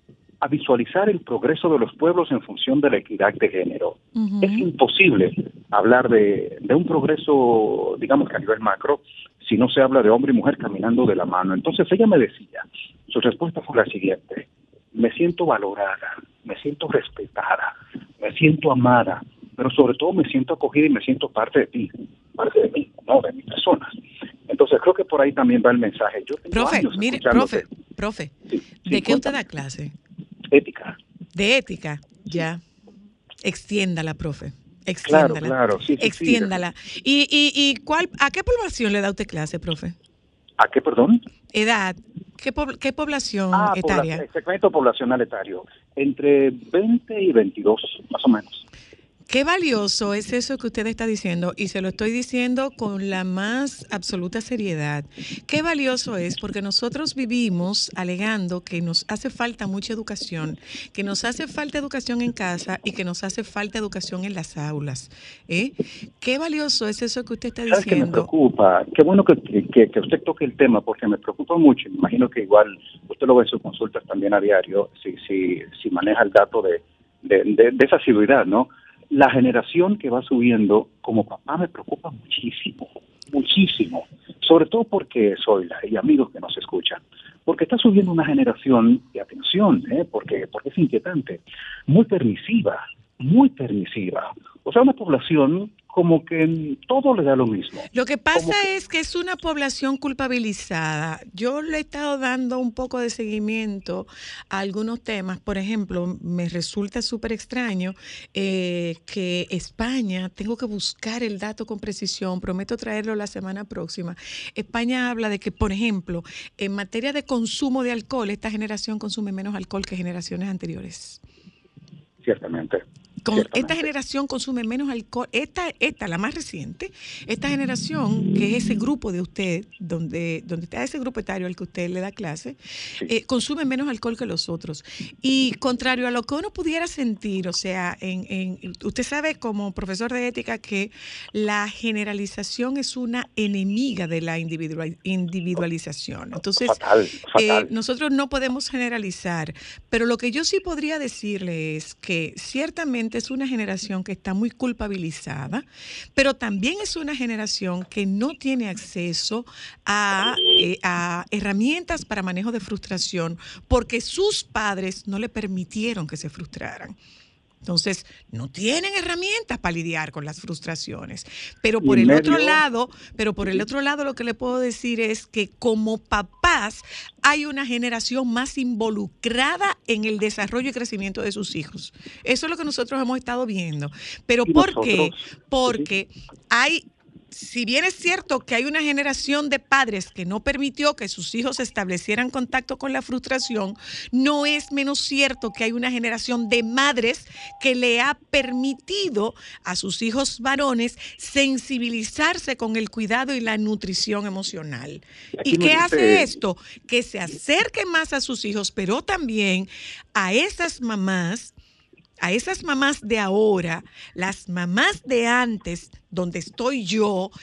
Speaker 10: a visualizar el progreso de los pueblos en función de la equidad de género.
Speaker 2: Uh-huh.
Speaker 10: Es imposible hablar de, de un progreso, digamos que a nivel macro, si no se habla de hombre y mujer caminando de la mano. Entonces ella me decía, su respuesta fue la siguiente: me siento valorada, me siento respetada, me siento amada, pero sobre todo me siento acogida y me siento parte de ti, parte de mí, no de mi persona. Entonces creo que por ahí también va el mensaje. Yo tengo
Speaker 2: Profe,
Speaker 10: años
Speaker 2: mire,
Speaker 10: escuchándote.
Speaker 2: profe, profe,
Speaker 10: Sí,
Speaker 2: ¿de
Speaker 10: sí,
Speaker 2: qué usted
Speaker 10: cuéntame.
Speaker 2: da clase?
Speaker 10: Ética.
Speaker 2: De ética, ya. Extiéndala, profe.
Speaker 10: Claro,
Speaker 2: Extiéndala.
Speaker 10: claro, sí, sí, sí.
Speaker 2: Extiéndala. ¿Y, y, y cuál, a qué población le da usted clase, profe?
Speaker 10: ¿A qué, perdón?
Speaker 2: Edad. ¿Qué, po- qué población
Speaker 10: Ah,
Speaker 2: etaria?
Speaker 10: pobla- el segmento poblacional etario, entre veinte y veintidós, más o menos.
Speaker 2: Qué valioso es eso que usted está diciendo, y se lo estoy diciendo con la más absoluta seriedad. Qué valioso es, porque nosotros vivimos alegando que nos hace falta mucha educación, que nos hace falta educación en casa y que nos hace falta educación en las aulas. ¿eh? Qué valioso es eso que usted está
Speaker 10: ¿Sabes qué me
Speaker 2: diciendo?
Speaker 10: preocupa? Qué bueno que, que, que usted toque el tema, porque me preocupa mucho. Me imagino que igual usted lo ve en sus consultas también a diario, si, si, si maneja el dato de, de, de, de esa asiduidad, ¿no? La generación que va subiendo, como papá, me preocupa muchísimo, muchísimo. Sobre todo porque soy la y amigos que nos escuchan. Porque está subiendo una generación, y atención, ¿eh? porque, porque es inquietante, muy permisiva, muy permisiva. O sea, una población como que en todo le da lo mismo.
Speaker 2: Lo que pasa
Speaker 10: que...
Speaker 2: es que es una población culpabilizada. Yo le he estado dando un poco de seguimiento a algunos temas. Por ejemplo, me resulta súper extraño eh, que España, tengo que buscar el dato con precisión, prometo traerlo la semana próxima. España habla de que, por ejemplo, en materia de consumo de alcohol, esta generación consume menos alcohol que generaciones anteriores.
Speaker 10: Ciertamente.
Speaker 2: Con esta generación consume menos alcohol, esta, esta, la más reciente, esta generación, que es ese grupo de usted, donde, donde está ese grupo etario al que usted le da clase,
Speaker 10: Sí.
Speaker 2: eh, consume menos alcohol que los otros. Y contrario a lo que uno pudiera sentir, o sea, en, en, usted sabe como profesor de ética que la generalización es una enemiga de la individual, individualización. Entonces,
Speaker 10: fatal, fatal.
Speaker 2: Eh, nosotros no podemos generalizar, pero lo que yo sí podría decirle es que ciertamente es una generación que está muy culpabilizada, pero también es una generación que no tiene acceso a, eh, a herramientas para manejo de frustración porque sus padres no le permitieron que se frustraran. Entonces, no tienen herramientas para lidiar con las frustraciones. Pero por el otro lado, pero por el otro lado lo que le puedo decir es que como papás hay una generación más involucrada en el desarrollo y crecimiento de sus hijos. Eso es lo que nosotros hemos estado viendo. Pero ¿por qué? Porque hay... Si bien es cierto que hay una generación de padres que no permitió que sus hijos establecieran contacto con la frustración, no es menos cierto que hay una generación de madres que le ha permitido a sus hijos varones sensibilizarse con el cuidado y la nutrición emocional. ¿Y qué hace esto? Que se acerquen más a sus hijos, pero también a esas mamás, a esas mamás de ahora, las mamás de antes, donde estoy yo,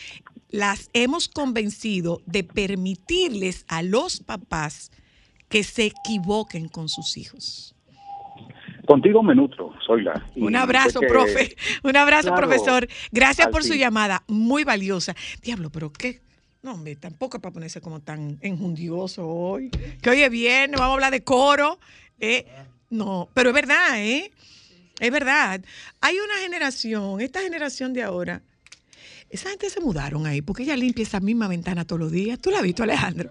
Speaker 2: las hemos convencido de permitirles a los papás que se equivoquen con sus hijos.
Speaker 10: Contigo me nutro, Zoila.
Speaker 2: Un abrazo, que, profe. Un abrazo, claro, profesor. Gracias por fin. Su llamada, muy valiosa. Diablo, pero qué. No, hombre, tampoco es para ponerse como tan enjundioso hoy. Que oye bien, vamos a hablar de coro. Eh, no, pero es verdad, ¿eh? Es verdad. Hay una generación, esta generación de ahora, esa gente se mudaron ahí porque ella limpia esa misma ventana todos los días. ¿Tú la has visto, Alejandro?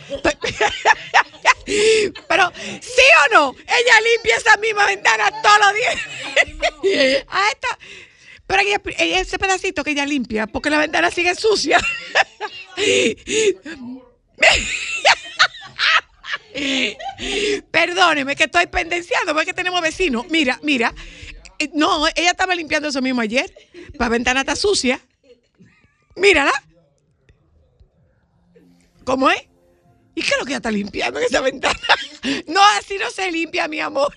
Speaker 2: Pero, ¿sí o no? Ella limpia esa misma ventana todos los días. A esta, pero ella, ella, ese pedacito que ella limpia, porque la ventana sigue sucia. Perdóneme que estoy pendenciando, porque tenemos vecinos. Mira, mira. No, ella estaba limpiando eso mismo ayer. La ventana está sucia. Mírala. ¿Cómo es? ¿Y qué es lo que ella está limpiando en esa ventana? No, así no se limpia, mi amor.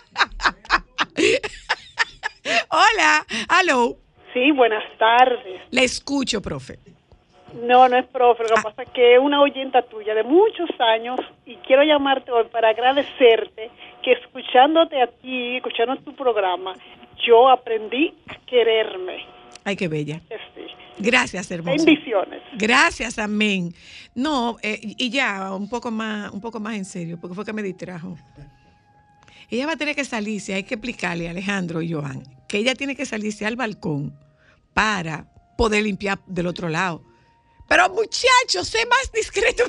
Speaker 2: Hola, aló.
Speaker 11: Sí, buenas tardes.
Speaker 2: Le escucho, profe.
Speaker 11: No, no es profe, lo que ah. pasa es que es una oyenta tuya de muchos años y quiero llamarte hoy para agradecerte que escuchándote a ti, escuchando tu programa, yo aprendí a quererme.
Speaker 2: Ay, qué bella.
Speaker 11: Sí.
Speaker 2: Gracias, hermosa.
Speaker 11: Bendiciones.
Speaker 2: Gracias, amén. No, eh, y ya, un poco más, un poco más en serio, porque fue que me distrajo. Ella va a tener que salirse, hay que explicarle a Alejandro y Joan, que ella tiene que salirse al balcón para poder limpiar del otro lado. Pero muchachos, sé más discreto.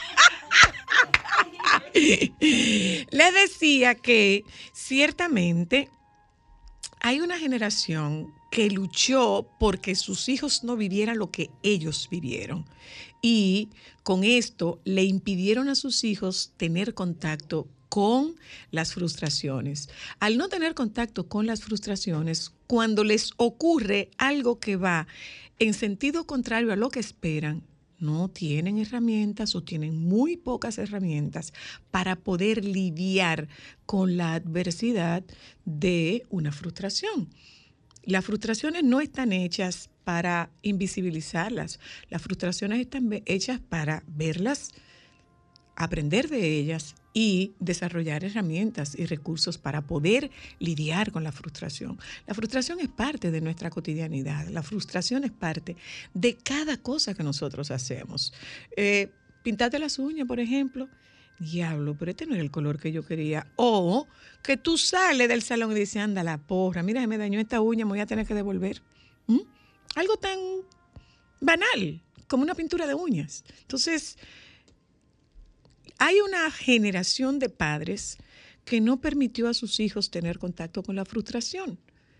Speaker 2: Les decía que ciertamente hay una generación que luchó porque sus hijos no vivieran lo que ellos vivieron. Y con esto le impidieron a sus hijos tener contacto con las frustraciones. Al no tener contacto con las frustraciones, cuando les ocurre algo que va en sentido contrario a lo que esperan, no tienen herramientas o tienen muy pocas herramientas para poder lidiar con la adversidad de una frustración. Las frustraciones no están hechas para invisibilizarlas. Las frustraciones están hechas para verlas, aprender de ellas y desarrollar herramientas y recursos para poder lidiar con la frustración. La frustración es parte de nuestra cotidianidad. La frustración es parte de cada cosa que nosotros hacemos. Eh, pintarte las uñas, por ejemplo. Diablo, pero este no era el color que yo quería. O que tú sales del salón y dices, anda la porra, mira, me dañó esta uña, me voy a tener que devolver. ¿Mm? Algo tan banal como una pintura de uñas. Entonces, hay una generación de padres que no permitió a sus hijos tener contacto con la frustración,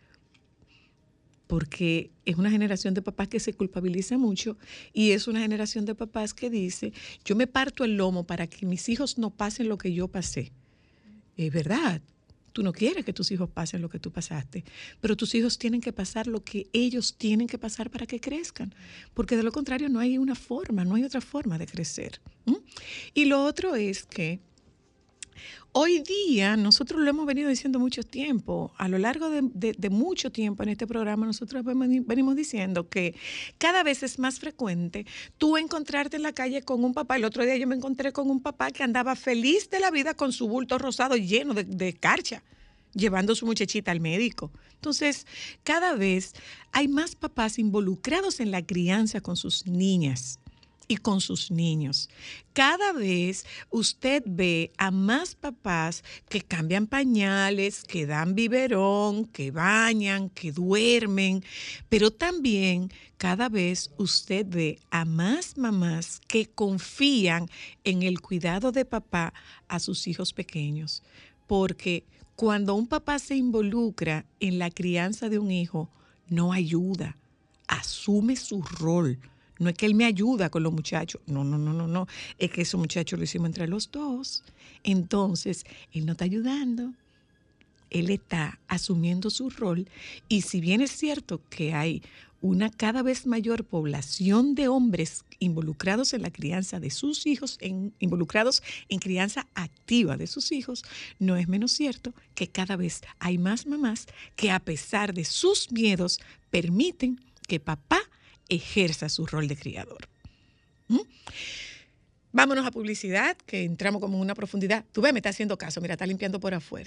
Speaker 2: porque es una generación de papás que se culpabiliza mucho y es una generación de papás que dice, yo me parto el lomo para que mis hijos no pasen lo que yo pasé. Es verdad, tú no quieres que tus hijos pasen lo que tú pasaste, pero tus hijos tienen que pasar lo que ellos tienen que pasar para que crezcan, porque de lo contrario no hay una forma, no hay otra forma de crecer. ¿Mm? Y lo otro es que hoy día, nosotros lo hemos venido diciendo mucho tiempo, a lo largo de, de, de mucho tiempo en este programa, nosotros venimos diciendo que cada vez es más frecuente tú encontrarte en la calle con un papá. El otro día yo me encontré con un papá que andaba feliz de la vida con su bulto rosado lleno de, de escarcha, llevando su muchachita al médico. Entonces, cada vez hay más papás involucrados en la crianza con sus niñas y con sus niños. Cada vez usted ve a más papás que cambian pañales, que dan biberón, que bañan, que duermen, pero también cada vez usted ve a más mamás que confían en el cuidado de papá a sus hijos pequeños, porque cuando un papá se involucra en la crianza de un hijo, no ayuda, asume su rol. No es que él me ayuda con los muchachos. No, no, no, no, no. Es que esos muchachos lo hicimos entre los dos. Entonces, él no está ayudando. Él está asumiendo su rol. Y si bien es cierto que hay una cada vez mayor población de hombres involucrados en la crianza de sus hijos, en, involucrados en crianza activa de sus hijos, no es menos cierto que cada vez hay más mamás que a pesar de sus miedos permiten que papá ejerza su rol de criador. ¿Mm? Vámonos a publicidad, que entramos como en una profundidad. Tú ves, me está haciendo caso, mira, está limpiando por afuera.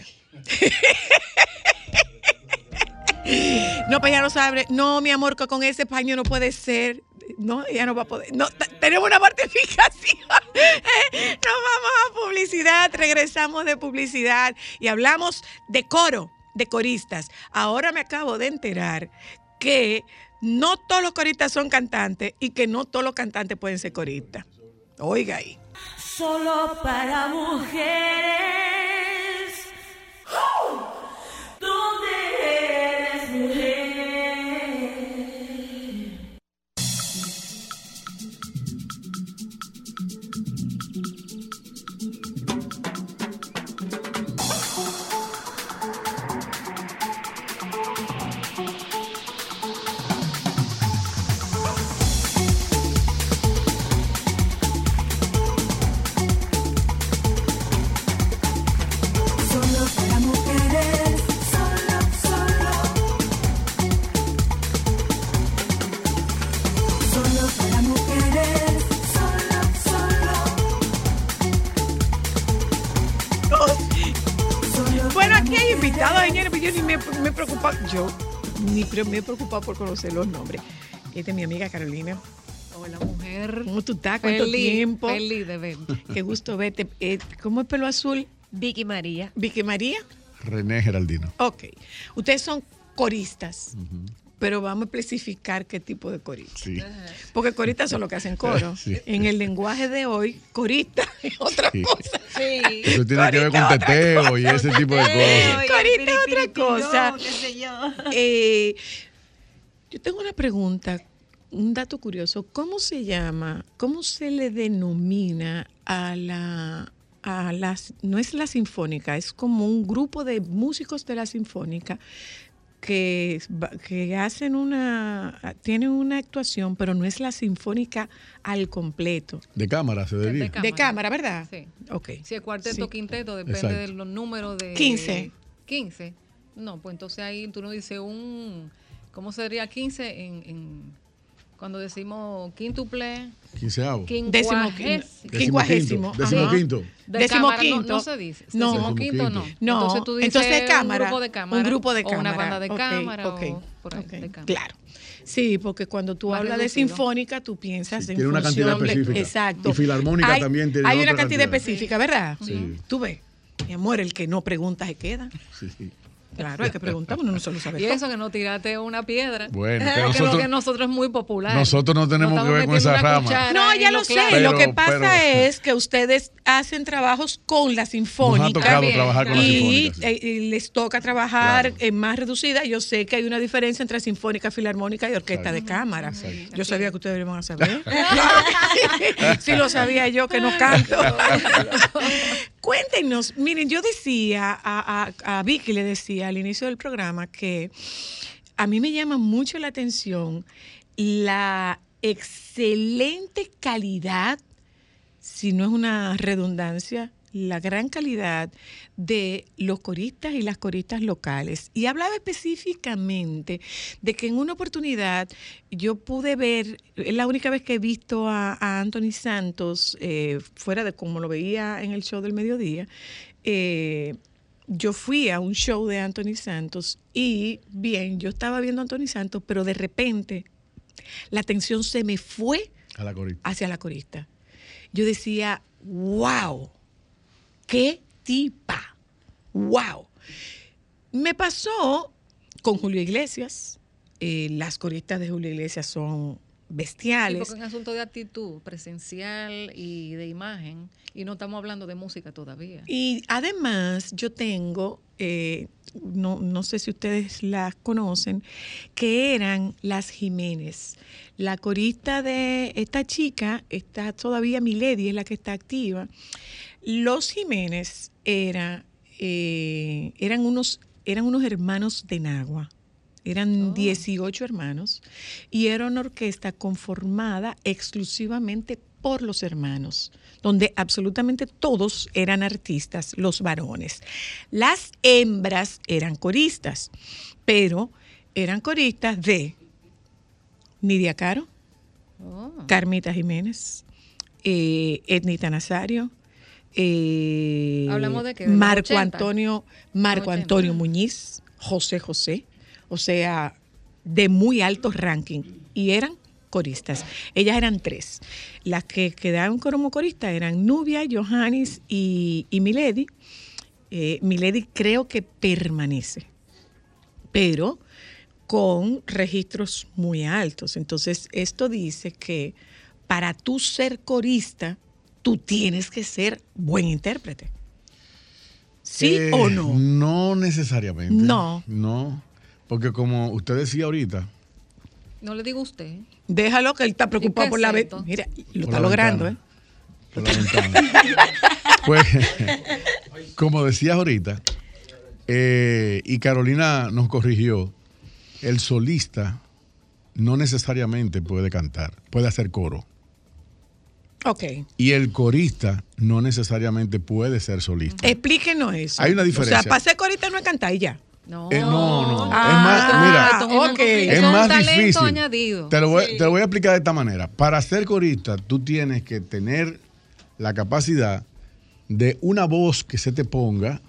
Speaker 2: No, pues ya no sabe. No, mi amor, que con ese paño no puede ser. No, ya no va a poder. No, t- tenemos una mortificación. Nos vamos a publicidad, regresamos de publicidad y hablamos de coro, de coristas. Ahora me acabo de enterar que no todos los coristas son cantantes y que no todos los cantantes pueden ser coristas. Oiga ahí.
Speaker 1: Solo para mujeres. ¿Dónde eres mujer?
Speaker 2: Yo ni me, me preocupa, yo ni pre- me he preocupado por conocer los nombres. Esta es mi amiga Carolina.
Speaker 12: Hola, mujer.
Speaker 2: ¿Cómo tú estás? ¿Cuánto
Speaker 12: feliz,
Speaker 2: tiempo?
Speaker 12: Feliz de verte.
Speaker 2: Qué gusto verte. Eh, ¿Cómo es pelo azul?
Speaker 12: Vicky María.
Speaker 2: Vicky María.
Speaker 13: René Geraldino.
Speaker 2: Ok. Ustedes son coristas. Uh-huh. Pero vamos a especificar qué tipo de coristas. Sí. Porque coristas son los que hacen coro. Sí. En el lenguaje de hoy, corista es otra sí. cosa.
Speaker 13: Sí. Eso tiene corista que ver con teteo y ese tipo de cosas.
Speaker 2: Corista es otra cosa. No, qué sé yo. Eh, yo tengo una pregunta, un dato curioso. ¿Cómo se llama, cómo se le denomina a la... a las, no es la sinfónica, es como un grupo de músicos de la sinfónica que, que hacen una, tienen una actuación, pero no es la sinfónica al completo.
Speaker 13: De cámara, se diría.
Speaker 2: De cámara, de cámara, ¿verdad?
Speaker 12: Sí.
Speaker 2: Ok.
Speaker 12: Si es cuarteto, sí. Quinteto, depende Exacto. de los números de...
Speaker 2: quince.
Speaker 12: quince. No, pues entonces ahí tú no dices un... ¿Cómo sería quince en... en cuando decimos quíntuple,
Speaker 13: quinceavo,
Speaker 2: décimo quinto,
Speaker 13: quincuagésimo, décimo quinto,
Speaker 12: décimo quinto, no, no se dice,
Speaker 2: no,
Speaker 12: décimo quinto no,
Speaker 2: no,
Speaker 12: entonces tú dices
Speaker 2: entonces cámara,
Speaker 12: un grupo de cámara,
Speaker 2: un grupo de cámara,
Speaker 12: o una banda de
Speaker 2: okay,
Speaker 12: cámara,
Speaker 2: okay,
Speaker 12: o por ahí,
Speaker 2: okay,
Speaker 12: de cámara.
Speaker 2: Claro. Sí, porque cuando tú
Speaker 12: Más
Speaker 2: hablas
Speaker 12: reducido.
Speaker 2: de sinfónica, tú piensas
Speaker 13: sí,
Speaker 2: en
Speaker 13: tiene una cantidad específica.
Speaker 2: De, exacto.
Speaker 13: Y filarmónica
Speaker 2: hay,
Speaker 13: también tiene
Speaker 2: Hay
Speaker 13: otra
Speaker 2: una cantidad,
Speaker 13: cantidad
Speaker 2: específica, ¿verdad?
Speaker 13: Sí.
Speaker 2: Tú ves, mi amor, el que no pregunta se queda.
Speaker 13: Sí.
Speaker 2: Claro, hay que preguntar, uno no se lo sabe.
Speaker 12: Y eso que no tiraste una piedra.
Speaker 13: Bueno,
Speaker 12: que
Speaker 13: nosotros,
Speaker 12: lo que nosotros es muy popular.
Speaker 13: Nosotros no tenemos no que ver con esa rama.
Speaker 2: No, ya lo sé. Pero, lo que pasa pero, es que ustedes hacen trabajos con la sinfónica. Nos ha tocado
Speaker 13: Bien, trabajar
Speaker 2: claro.
Speaker 13: con la
Speaker 2: y,
Speaker 13: sinfónica. Sí.
Speaker 2: Y les toca trabajar
Speaker 13: claro.
Speaker 2: en más reducida. Yo sé que hay una diferencia entre sinfónica, filarmónica y orquesta
Speaker 13: Exacto.
Speaker 2: de cámara.
Speaker 13: Exacto.
Speaker 2: Yo sabía que ustedes lo iban a saber. Sí lo sabía yo que no canto. Cuéntenos, miren, yo decía a, a, a Vicky, le decía al inicio del programa que a mí me llama mucho la atención la excelente calidad, si no es una redundancia, la gran calidad de los coristas y las coristas locales. Y hablaba específicamente de que en una oportunidad yo pude ver, es la única vez que he visto a, a Anthony Santos, eh, fuera de como lo veía en el show del mediodía, eh, yo fui a un show de Anthony Santos y bien, yo estaba viendo a Anthony Santos, pero de repente la atención se me fue
Speaker 13: a la corista.
Speaker 2: hacia la corista. Yo decía, wow, qué tipa, wow. Me pasó con Julio Iglesias, eh, las coristas de Julio Iglesias son bestiales.
Speaker 12: Sí, porque es un asunto de actitud presencial y de imagen, y no estamos hablando de música todavía.
Speaker 2: Y además yo tengo, eh, no, no sé si ustedes las conocen, que eran las Jiménez. La corista de esta chica, está todavía Milady, es la que está activa. Los Jiménez era, eh, eran, unos, eran unos hermanos de Nagua. Eran oh. dieciocho hermanos y era una orquesta conformada exclusivamente por los hermanos, donde absolutamente todos eran artistas, los varones. Las hembras eran coristas, pero eran coristas de Nidia Caro,
Speaker 12: Oh.
Speaker 2: Carmita Jiménez, eh, Etnita Nazario, eh,
Speaker 12: ¿Hablamos de qué? ¿De los
Speaker 2: Marco
Speaker 12: ochenta?
Speaker 2: Antonio, Marco
Speaker 12: ochenta.
Speaker 2: Antonio Muñiz, José José, o sea, de muy alto ranking, y eran coristas. Ellas eran tres. Las que quedaron como coristas eran Nubia, Johannis y, y Milady. Eh, Milady creo que permanece, pero con registros muy altos. Entonces, esto dice que para tú ser corista, tú tienes que ser buen intérprete. ¿Sí
Speaker 13: Eh,
Speaker 2: o no?
Speaker 13: No necesariamente.
Speaker 2: No.
Speaker 13: No, porque como usted decía ahorita,
Speaker 12: No le digo a usted.
Speaker 2: Déjalo, que él está
Speaker 12: ¿Y
Speaker 2: preocupado
Speaker 12: qué
Speaker 2: por
Speaker 12: es
Speaker 2: la vez.
Speaker 12: esto?
Speaker 2: Mira, lo
Speaker 13: Por
Speaker 2: está
Speaker 13: la
Speaker 2: logrando,
Speaker 13: ventana.
Speaker 2: ¿eh?
Speaker 13: por la ventana. Pues, como decías ahorita, eh, y Carolina nos corrigió, el solista no necesariamente puede cantar, puede hacer coro.
Speaker 2: Ok.
Speaker 13: Y el corista no necesariamente puede ser solista.
Speaker 2: Explíquenos eso.
Speaker 13: Hay una diferencia.
Speaker 2: O sea, para ser corista no es cantar y ya.
Speaker 12: No,
Speaker 13: Eh, no, no.
Speaker 2: Ah,
Speaker 13: es más, mira,
Speaker 12: esto es un-
Speaker 2: ok.
Speaker 12: eso
Speaker 13: es
Speaker 12: un
Speaker 13: más
Speaker 12: talento
Speaker 13: difícil.
Speaker 12: añadido.
Speaker 13: Te lo, voy,
Speaker 12: Sí.
Speaker 13: te lo voy a explicar de esta manera. Para ser corista, tú tienes que tener la capacidad de una voz que se te ponga,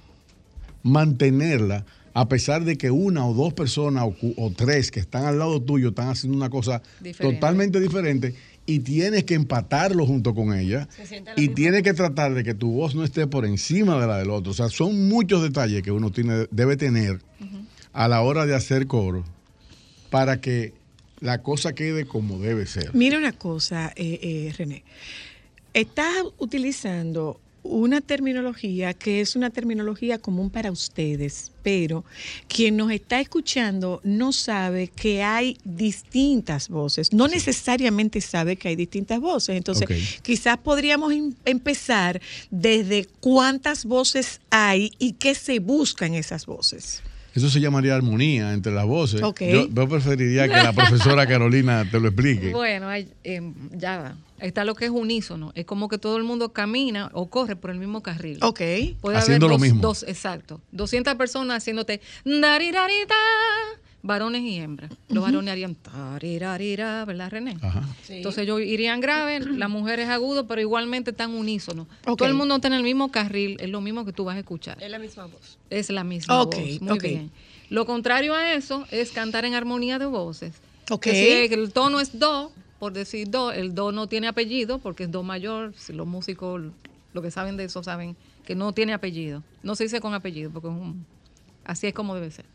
Speaker 13: mantenerla, a pesar de que una o dos personas o, cu- o tres que están al lado tuyo están haciendo una cosa
Speaker 12: Diferente.
Speaker 13: totalmente diferente, y tienes que empatarlo junto con ella,
Speaker 14: Se siente la
Speaker 13: y
Speaker 14: misma
Speaker 13: tienes que tratar de que tu voz no esté por encima de la del otro. O sea, son muchos detalles que uno tiene, debe tener a la hora de hacer coro para que la cosa quede como debe ser.
Speaker 2: Mira una cosa, eh, eh, René. Estás utilizando una terminología que es una terminología común para ustedes, pero quien nos está escuchando no sabe que hay distintas voces, no necesariamente sabe que hay distintas voces. Entonces,
Speaker 13: Ok.
Speaker 2: quizás podríamos em- empezar desde cuántas voces hay y qué se busca en esas voces.
Speaker 13: Eso se llamaría armonía entre las voces.
Speaker 2: Ok.
Speaker 13: Yo, yo preferiría que la profesora Carolina te lo explique.
Speaker 12: Bueno, hay, eh, ya va. Está lo que es unísono. Es como que todo el mundo camina o corre por el mismo carril.
Speaker 2: Ok.
Speaker 12: Puede
Speaker 13: Haciendo
Speaker 12: haber
Speaker 13: lo
Speaker 12: dos,
Speaker 13: mismo.
Speaker 12: dos, exacto. doscientas personas haciéndote darirarita, varones y hembras. Los varones harían tarirarira, ¿verdad, René?
Speaker 13: Ajá.
Speaker 12: Entonces ellos irían graves, las mujeres agudos, pero igualmente están unísono.
Speaker 2: Ok.
Speaker 12: Todo el mundo está en el mismo carril, es lo mismo que tú vas a escuchar.
Speaker 14: Es la misma voz.
Speaker 12: Es la misma
Speaker 2: Ok,
Speaker 12: voz. Muy
Speaker 2: ok.
Speaker 12: bien. Lo contrario a eso es cantar en armonía de voces.
Speaker 2: Ok.
Speaker 12: Que si es- el tono es do, por decir do, el do no tiene apellido porque es do mayor. Si los músicos, lo que saben de eso, saben que no tiene apellido. No se dice con apellido porque es un- así es como debe ser.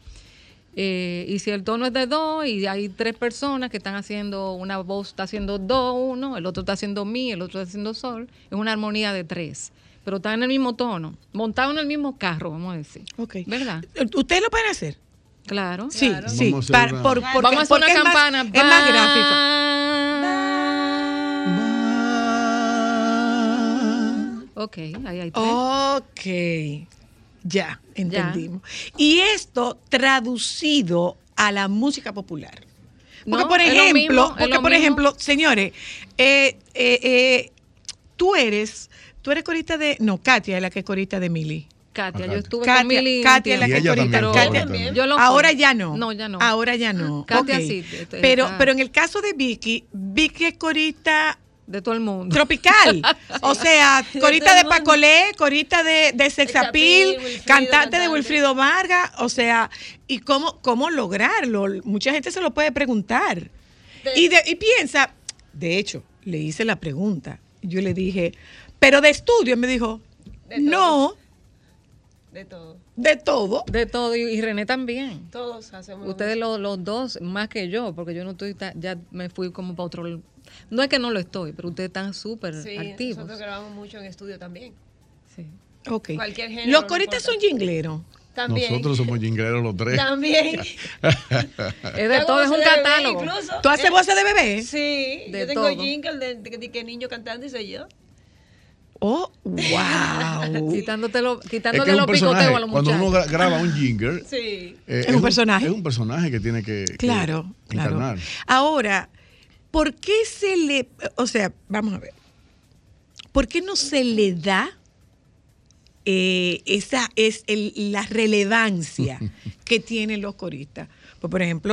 Speaker 12: Eh, y si el tono es de do y hay tres personas que están haciendo, una voz está haciendo do uno, el otro está haciendo mi, el otro está haciendo sol, es una armonía de tres. Pero están en el mismo tono, montados en el mismo carro, vamos a decir.
Speaker 2: Ok.
Speaker 12: ¿Verdad?
Speaker 2: ¿Ustedes lo pueden hacer?
Speaker 12: Claro.
Speaker 2: Sí,
Speaker 12: Claro.
Speaker 2: sí.
Speaker 13: Vamos a hacer
Speaker 2: Para-
Speaker 13: una-
Speaker 2: por- porque-
Speaker 12: Vamos a hacer
Speaker 2: porque
Speaker 12: una
Speaker 2: es más-
Speaker 12: campana.
Speaker 2: es más gráfico.
Speaker 12: Ok, ahí hay tres.
Speaker 2: Ok, ya, entendimos. Y esto traducido a la música popular. Porque,
Speaker 12: No,
Speaker 2: por
Speaker 12: es lo
Speaker 2: ejemplo,
Speaker 12: mismo, es
Speaker 2: porque,
Speaker 12: lo
Speaker 2: por
Speaker 12: mismo.
Speaker 2: ejemplo, señores, eh, eh, eh, tú eres, tú eres corista de, no, Katia es la que es corista de Mili.
Speaker 12: Katia,
Speaker 13: Ah,
Speaker 12: yo
Speaker 13: Katia.
Speaker 12: estuve
Speaker 2: Katia,
Speaker 12: con Mili un
Speaker 2: Katia es la
Speaker 13: Y
Speaker 2: que es
Speaker 13: ella
Speaker 2: corista.
Speaker 13: también
Speaker 2: Katia-
Speaker 13: fue también.
Speaker 12: Yo lo fui.
Speaker 2: ahora ya no.
Speaker 12: No, ya no.
Speaker 2: Ahora ya no.
Speaker 12: Katia
Speaker 2: Ok.
Speaker 12: sí, este,
Speaker 2: Pero,
Speaker 12: está-
Speaker 2: pero en el caso de Vicky, Vicky es corista
Speaker 12: de todo el mundo.
Speaker 2: tropical. O sea, corita
Speaker 14: todo
Speaker 2: de
Speaker 14: el mundo.
Speaker 2: Pacolé, corita de, de Sexapil,
Speaker 14: Sexapil, Wilfrido,
Speaker 2: cantante de
Speaker 14: cantante.
Speaker 2: Wilfrido Vargas. O sea, ¿y cómo, cómo lograrlo? Mucha gente se lo puede preguntar. Y, de- y piensa, de hecho, le hice la pregunta. Yo le dije, pero de estudio. Y me dijo,
Speaker 14: De todo.
Speaker 2: no,
Speaker 14: De todo.
Speaker 2: de todo.
Speaker 12: De todo, y, y René también.
Speaker 14: Todos hacemos.
Speaker 12: Ustedes los, los dos, más que yo, porque yo no estoy, ta- ya me fui como para otro. No es que no lo estoy, pero ustedes están súper
Speaker 14: Sí,
Speaker 12: activos.
Speaker 14: nosotros grabamos mucho en estudio también.
Speaker 12: Sí.
Speaker 2: Ok.
Speaker 14: Cualquier género,
Speaker 2: Los
Speaker 14: no
Speaker 2: coristas
Speaker 14: importa.
Speaker 2: son jingleros.
Speaker 14: También.
Speaker 13: Nosotros somos jingleros los tres.
Speaker 14: También.
Speaker 12: Es de todo, es un
Speaker 14: Voces de bebé
Speaker 12: catálogo.
Speaker 14: Incluso.
Speaker 2: ¿Tú haces
Speaker 14: Eh,
Speaker 2: voces de bebé?
Speaker 14: Sí,
Speaker 12: De
Speaker 14: yo tengo
Speaker 12: todo.
Speaker 14: jingle de, de, de que niño cantando y soy yo.
Speaker 2: Oh, wow.
Speaker 12: Quitándotelo,
Speaker 13: Es
Speaker 12: quitándole
Speaker 13: que es un
Speaker 12: los picoteos
Speaker 13: personaje.
Speaker 12: a los
Speaker 13: Cuando uno
Speaker 12: muchachos.
Speaker 13: gra- graba un jingle,
Speaker 14: Sí.
Speaker 13: eh,
Speaker 2: Es un personaje.
Speaker 13: Es un personaje que tiene que, que
Speaker 2: Claro, claro.
Speaker 13: encarnar.
Speaker 2: Ahora, ¿por qué se le, o sea, vamos a ver, ¿por qué no se le da eh, esa es el- la relevancia que tienen los coristas? Pues, por ejemplo,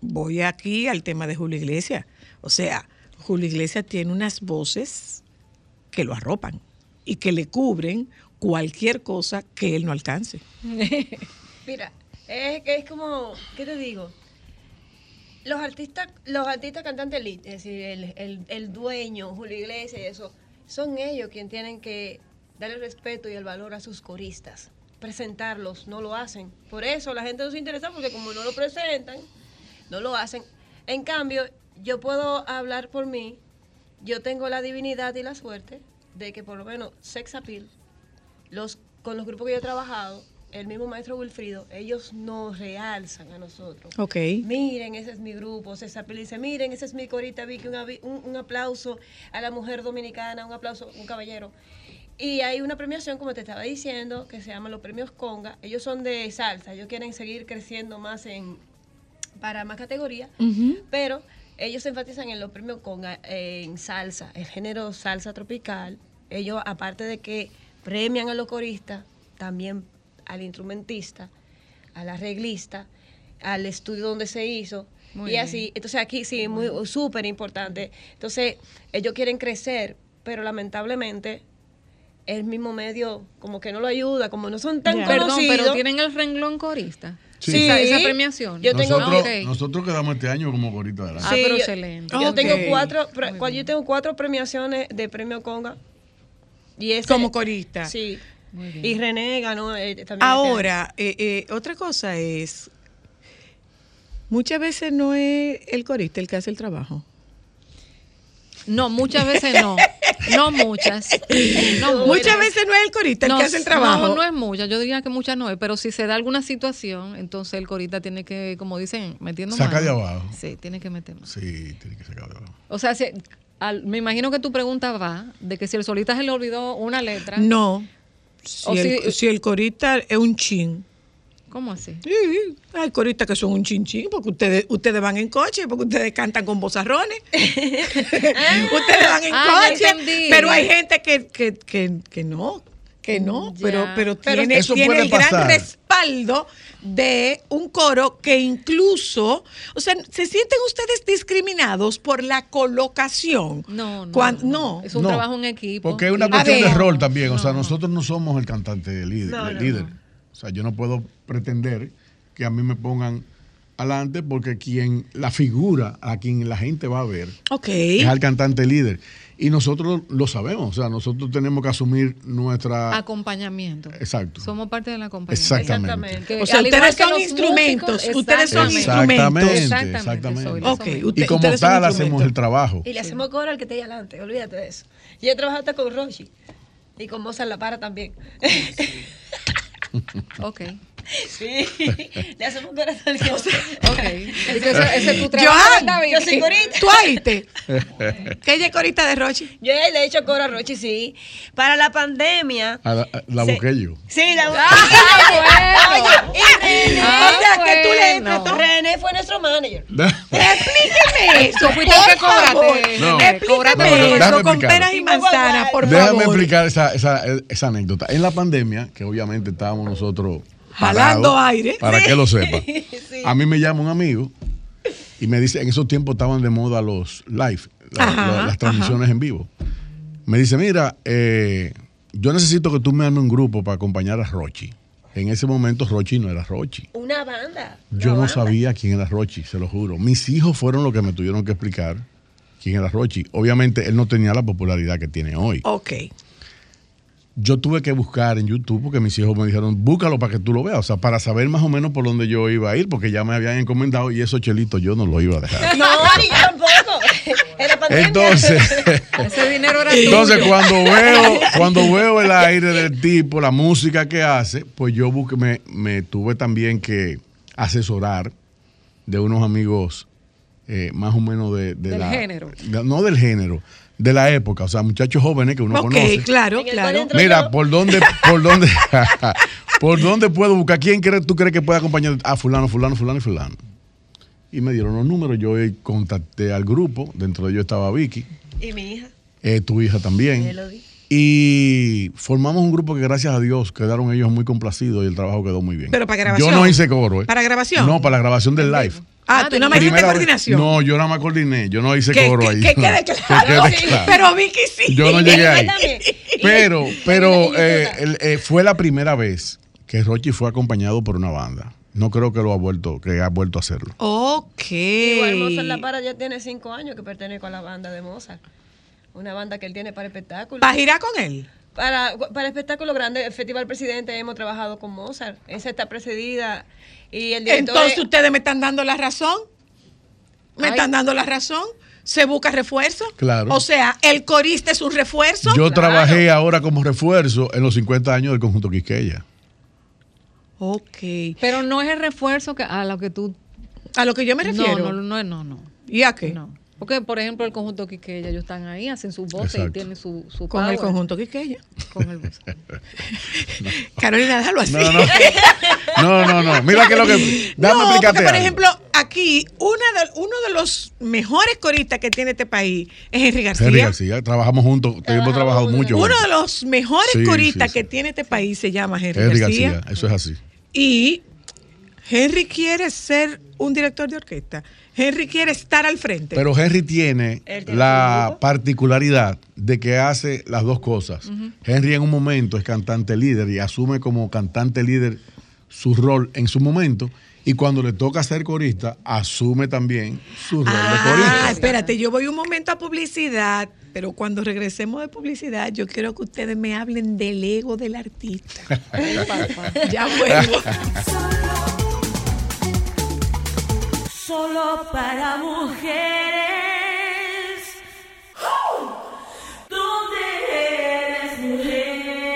Speaker 2: voy aquí al tema de Julio Iglesias. O sea, Julio Iglesias tiene unas voces que lo arropan y que le cubren cualquier cosa que él no alcance.
Speaker 14: Mira, es, es como, ¿qué te digo? Los artistas, los artistas cantantes elite, es decir, el, el, el dueño, Julio Iglesias y eso, son ellos quienes tienen que darle respeto y el valor a sus coristas. Presentarlos, no lo hacen. Por eso la gente no se interesa, porque como no lo presentan, no lo hacen. En cambio, yo puedo hablar por mí, yo tengo la divinidad y la suerte de que por lo menos Sex Appeal, los, con los grupos que yo he trabajado, el mismo maestro Wilfrido, ellos nos realzan a nosotros.
Speaker 2: Ok.
Speaker 14: Miren, ese es mi grupo. Sex Appeal dice, miren, ese es mi corita Vicky, un, un, un aplauso a la mujer dominicana, un aplauso, un caballero. Y hay una premiación, como te estaba diciendo, que se llama los premios Conga. Ellos son de salsa, ellos quieren seguir creciendo más en para más categorías, uh-huh. pero ellos se enfatizan en los premios Conga, eh, en salsa, el género salsa tropical. Ellos, aparte de que premian a los coristas, también al instrumentista, al arreglista, al estudio donde se hizo, muy y bien. Así. Entonces aquí sí, muy súper importante. Entonces ellos quieren crecer, pero lamentablemente el mismo medio como que no lo ayuda, como no son tan yeah. conocidos.
Speaker 12: Perdón, pero tienen el renglón corista. Sí, sí. Esa, esa premiación.
Speaker 13: Yo tengo nosotros, okay. nosotros quedamos este año como corista de la
Speaker 12: Ah, sí, pero excelente.
Speaker 14: Yo
Speaker 2: okay.
Speaker 14: tengo cuatro, cuando yo tengo cuatro premiaciones de premio Conga. Y ese,
Speaker 2: como corista.
Speaker 14: Sí. Muy bien. Y René ganó eh, también.
Speaker 2: Ahora, eh, eh, otra cosa es, muchas veces no es el corista el que hace el trabajo.
Speaker 12: No, muchas veces no. No muchas. No,
Speaker 2: muchas veces no es el corista el
Speaker 12: no,
Speaker 2: que hace el trabajo.
Speaker 12: No, no es muchas. Yo diría que muchas no es. Pero si se da alguna situación, entonces el corista tiene que, como dicen, metiendo
Speaker 13: Saca
Speaker 12: mano.
Speaker 13: de abajo.
Speaker 12: Sí, tiene que meter mano.
Speaker 13: Sí, tiene que sacar de abajo.
Speaker 12: O sea, si, al, me imagino que tu pregunta va de que si el solista se le olvidó una letra.
Speaker 2: No. Si,
Speaker 12: o
Speaker 2: el,
Speaker 12: si,
Speaker 2: si el corista es un chin.
Speaker 12: ¿Cómo así?
Speaker 2: Sí, hay coristas que son un chin chin, porque ustedes ustedes van en coche, porque ustedes cantan con vozarrones. Ustedes van en
Speaker 12: ah,
Speaker 2: coche, pero hay gente que, que, que, que no, que no, pero, pero,
Speaker 13: pero
Speaker 2: tiene, tiene el
Speaker 13: pasar.
Speaker 2: gran respaldo de un coro que incluso, o sea, ¿se sienten ustedes discriminados por la colocación?
Speaker 12: No, no.
Speaker 2: Cuando,
Speaker 12: no.
Speaker 2: no.
Speaker 12: Es un
Speaker 13: no,
Speaker 12: trabajo en equipo.
Speaker 13: Porque es una cuestión de rol también, no, o sea, nosotros no somos el cantante líder.
Speaker 14: No,
Speaker 13: el
Speaker 14: no,
Speaker 13: líder.
Speaker 14: no.
Speaker 13: O sea, yo no puedo pretender que a mí me pongan adelante porque quien la figura, a quien la gente va a ver,
Speaker 2: okay.
Speaker 13: es al cantante líder. Y nosotros lo sabemos, o sea, nosotros tenemos que asumir nuestra...
Speaker 12: Acompañamiento.
Speaker 13: Exacto.
Speaker 12: Somos parte del acompañamiento.
Speaker 13: Exactamente.
Speaker 12: Exactamente.
Speaker 2: O sea, ustedes son instrumentos.
Speaker 12: Músicos,
Speaker 2: ustedes son
Speaker 13: exactamente,
Speaker 2: instrumentos.
Speaker 13: Exactamente, exactamente.
Speaker 2: Okay,
Speaker 13: y como tal hacemos el trabajo.
Speaker 14: Y le hacemos coro al que esté ahí adelante, olvídate de eso. Yo he trabajado hasta con Rochi y con Mozart La Para también.
Speaker 12: Ok.
Speaker 14: Sí, le hacemos corazón.
Speaker 12: Ok. Ese, ese es tu trabajo.
Speaker 2: Johan,
Speaker 14: yo soy corista.
Speaker 2: ¿Tú oíste? ¿Qué ella es corista de Rochi?
Speaker 14: Yo le he hecho coro a Rochi, sí. Para la pandemia.
Speaker 13: A la, a la busqué yo.
Speaker 14: Sí, la busqué.
Speaker 12: Ah, bueno.
Speaker 14: Oye, y René.
Speaker 12: Ah,
Speaker 14: o sea, que tú le
Speaker 12: bueno.
Speaker 14: René fue nuestro manager.
Speaker 2: Explíqueme eso.
Speaker 12: Tú fuiste el que cobraste.
Speaker 13: No.
Speaker 2: Explícame
Speaker 13: No, no, no,
Speaker 2: eso
Speaker 13: déjame
Speaker 2: con
Speaker 13: explicar.
Speaker 2: peras y manzanas, por
Speaker 13: Déjame
Speaker 2: favor.
Speaker 13: explicar esa, esa, esa anécdota. En la pandemia, que obviamente estábamos nosotros
Speaker 2: jalando aire.
Speaker 13: Para
Speaker 2: sí.
Speaker 13: que lo sepa.
Speaker 14: Sí.
Speaker 13: A mí me llama un amigo y me dice, en esos tiempos estaban de moda los live, la,
Speaker 2: ajá,
Speaker 13: la, las transmisiones
Speaker 2: ajá.
Speaker 13: en vivo. Me dice, mira, eh, yo necesito que tú me armes un grupo para acompañar a Rochi. En ese momento Rochi no era Rochi.
Speaker 14: Una banda.
Speaker 13: Yo
Speaker 14: una
Speaker 13: no
Speaker 14: banda.
Speaker 13: sabía quién era Rochi, se lo juro. Mis hijos fueron los que me tuvieron que explicar quién era Rochi. Obviamente él no tenía la popularidad que tiene hoy.
Speaker 2: Ok.
Speaker 13: Yo tuve que buscar en YouTube porque mis hijos me dijeron, búscalo para que tú lo veas, o sea, para saber más o menos por dónde yo iba a ir, porque ya me habían encomendado y esos chelitos yo no los iba a dejar.
Speaker 14: No, ni yo tampoco. Era pandemia.
Speaker 13: Entonces,
Speaker 12: ese dinero era
Speaker 13: entonces
Speaker 12: tuyo.
Speaker 13: cuando veo, cuando veo el aire del tipo, la música que hace, pues yo busqué, me, me tuve también que asesorar de unos amigos eh, más o menos de, de
Speaker 12: del
Speaker 13: la,
Speaker 12: género.
Speaker 13: de, no del género. De la época, o sea, muchachos jóvenes que uno
Speaker 2: okay,
Speaker 13: conoce.
Speaker 2: Ok, claro, claro.
Speaker 13: Mira, ¿por dónde, por dónde, por dónde puedo buscar? ¿Quién crees, tú crees que puede acompañar a fulano, fulano, fulano y fulano? Y me dieron los números, yo contacté al grupo, dentro de ellos estaba Vicky.
Speaker 14: Y mi hija.
Speaker 13: Eh, tu hija también.
Speaker 14: Melody.
Speaker 13: Y formamos un grupo que gracias a Dios quedaron ellos muy complacidos y el trabajo quedó muy bien.
Speaker 2: Pero para grabación.
Speaker 13: Yo no hice coro, ¿eh?
Speaker 2: ¿Para grabación?
Speaker 13: No, para la grabación del live.
Speaker 2: Ah, tú no me hiciste
Speaker 13: Primera vez-
Speaker 2: coordinación.
Speaker 13: No, yo nada más coordiné. Yo no hice
Speaker 2: Que-
Speaker 13: coro
Speaker 2: que-
Speaker 13: ahí.
Speaker 2: que quede claro.
Speaker 13: Que quede claro.
Speaker 2: Pero Vicky sí.
Speaker 13: Yo no llegué ahí.
Speaker 14: Cuéntame.
Speaker 13: Pero, pero eh, el- eh, fue la primera vez que Rochi fue acompañado por una banda. No creo que lo ha vuelto, que ha vuelto a hacerlo.
Speaker 2: Ok.
Speaker 14: Igual Mozart La Para ya tiene cinco años que pertenece a la banda de Mozart. Una banda que él tiene para espectáculos.
Speaker 2: ¿Para girar con él?
Speaker 14: Para, para espectáculos grandes, el Festival Presidente hemos trabajado con Mozart. Esa está precedida y el director...
Speaker 2: Entonces
Speaker 14: es-
Speaker 2: ustedes me están dando la razón. Me
Speaker 14: Ay.
Speaker 2: están dando la razón. Se busca refuerzo.
Speaker 13: Claro.
Speaker 2: O sea, el corista es un refuerzo.
Speaker 13: Yo
Speaker 2: Claro.
Speaker 13: trabajé ahora como refuerzo en los cincuenta años del conjunto Quisqueya.
Speaker 2: Ok.
Speaker 12: Pero no es el refuerzo que, a lo que tú...
Speaker 2: A lo que yo me refiero.
Speaker 12: No, no, no, no. no.
Speaker 2: ¿Y a qué?
Speaker 12: No. Porque, por ejemplo, el conjunto Quisqueya, ellos están ahí, hacen sus voces y
Speaker 13: Exacto.
Speaker 12: tienen su, su
Speaker 2: Con el
Speaker 12: power.
Speaker 2: conjunto Quisqueya.
Speaker 12: Con el
Speaker 2: Carolina, déjalo así.
Speaker 13: No, no. No, no, no. Mira que lo que. Dame
Speaker 2: No,
Speaker 13: explicarte
Speaker 2: porque, por
Speaker 13: algo.
Speaker 2: ejemplo, aquí una de, uno de los mejores coristas que tiene este país es Henry García.
Speaker 13: Henry García, trabajamos juntos, hemos trabajado mucho.
Speaker 2: Uno
Speaker 13: juntos.
Speaker 2: de los mejores
Speaker 13: Sí,
Speaker 2: coristas
Speaker 13: sí, sí.
Speaker 2: que tiene este país se llama Henry,
Speaker 13: Henry
Speaker 2: García.
Speaker 13: García, eso es así.
Speaker 2: Y Henry quiere ser un director de orquesta. Henry quiere estar al frente.
Speaker 13: Pero Henry tiene
Speaker 2: Él tiene
Speaker 13: la
Speaker 2: su grupo.
Speaker 13: particularidad de que hace las dos cosas.
Speaker 2: Ujú.
Speaker 13: Henry en un momento es cantante líder y asume como cantante líder su rol en su momento. Y cuando le toca ser corista, asume también su rol de
Speaker 2: Ah,
Speaker 13: corista.
Speaker 2: espérate, yo voy un momento a publicidad, pero cuando regresemos de publicidad, yo quiero que ustedes me hablen del ego del artista. Ya vuelvo.
Speaker 1: Solo para mujeres. ¿Dónde eres mujer?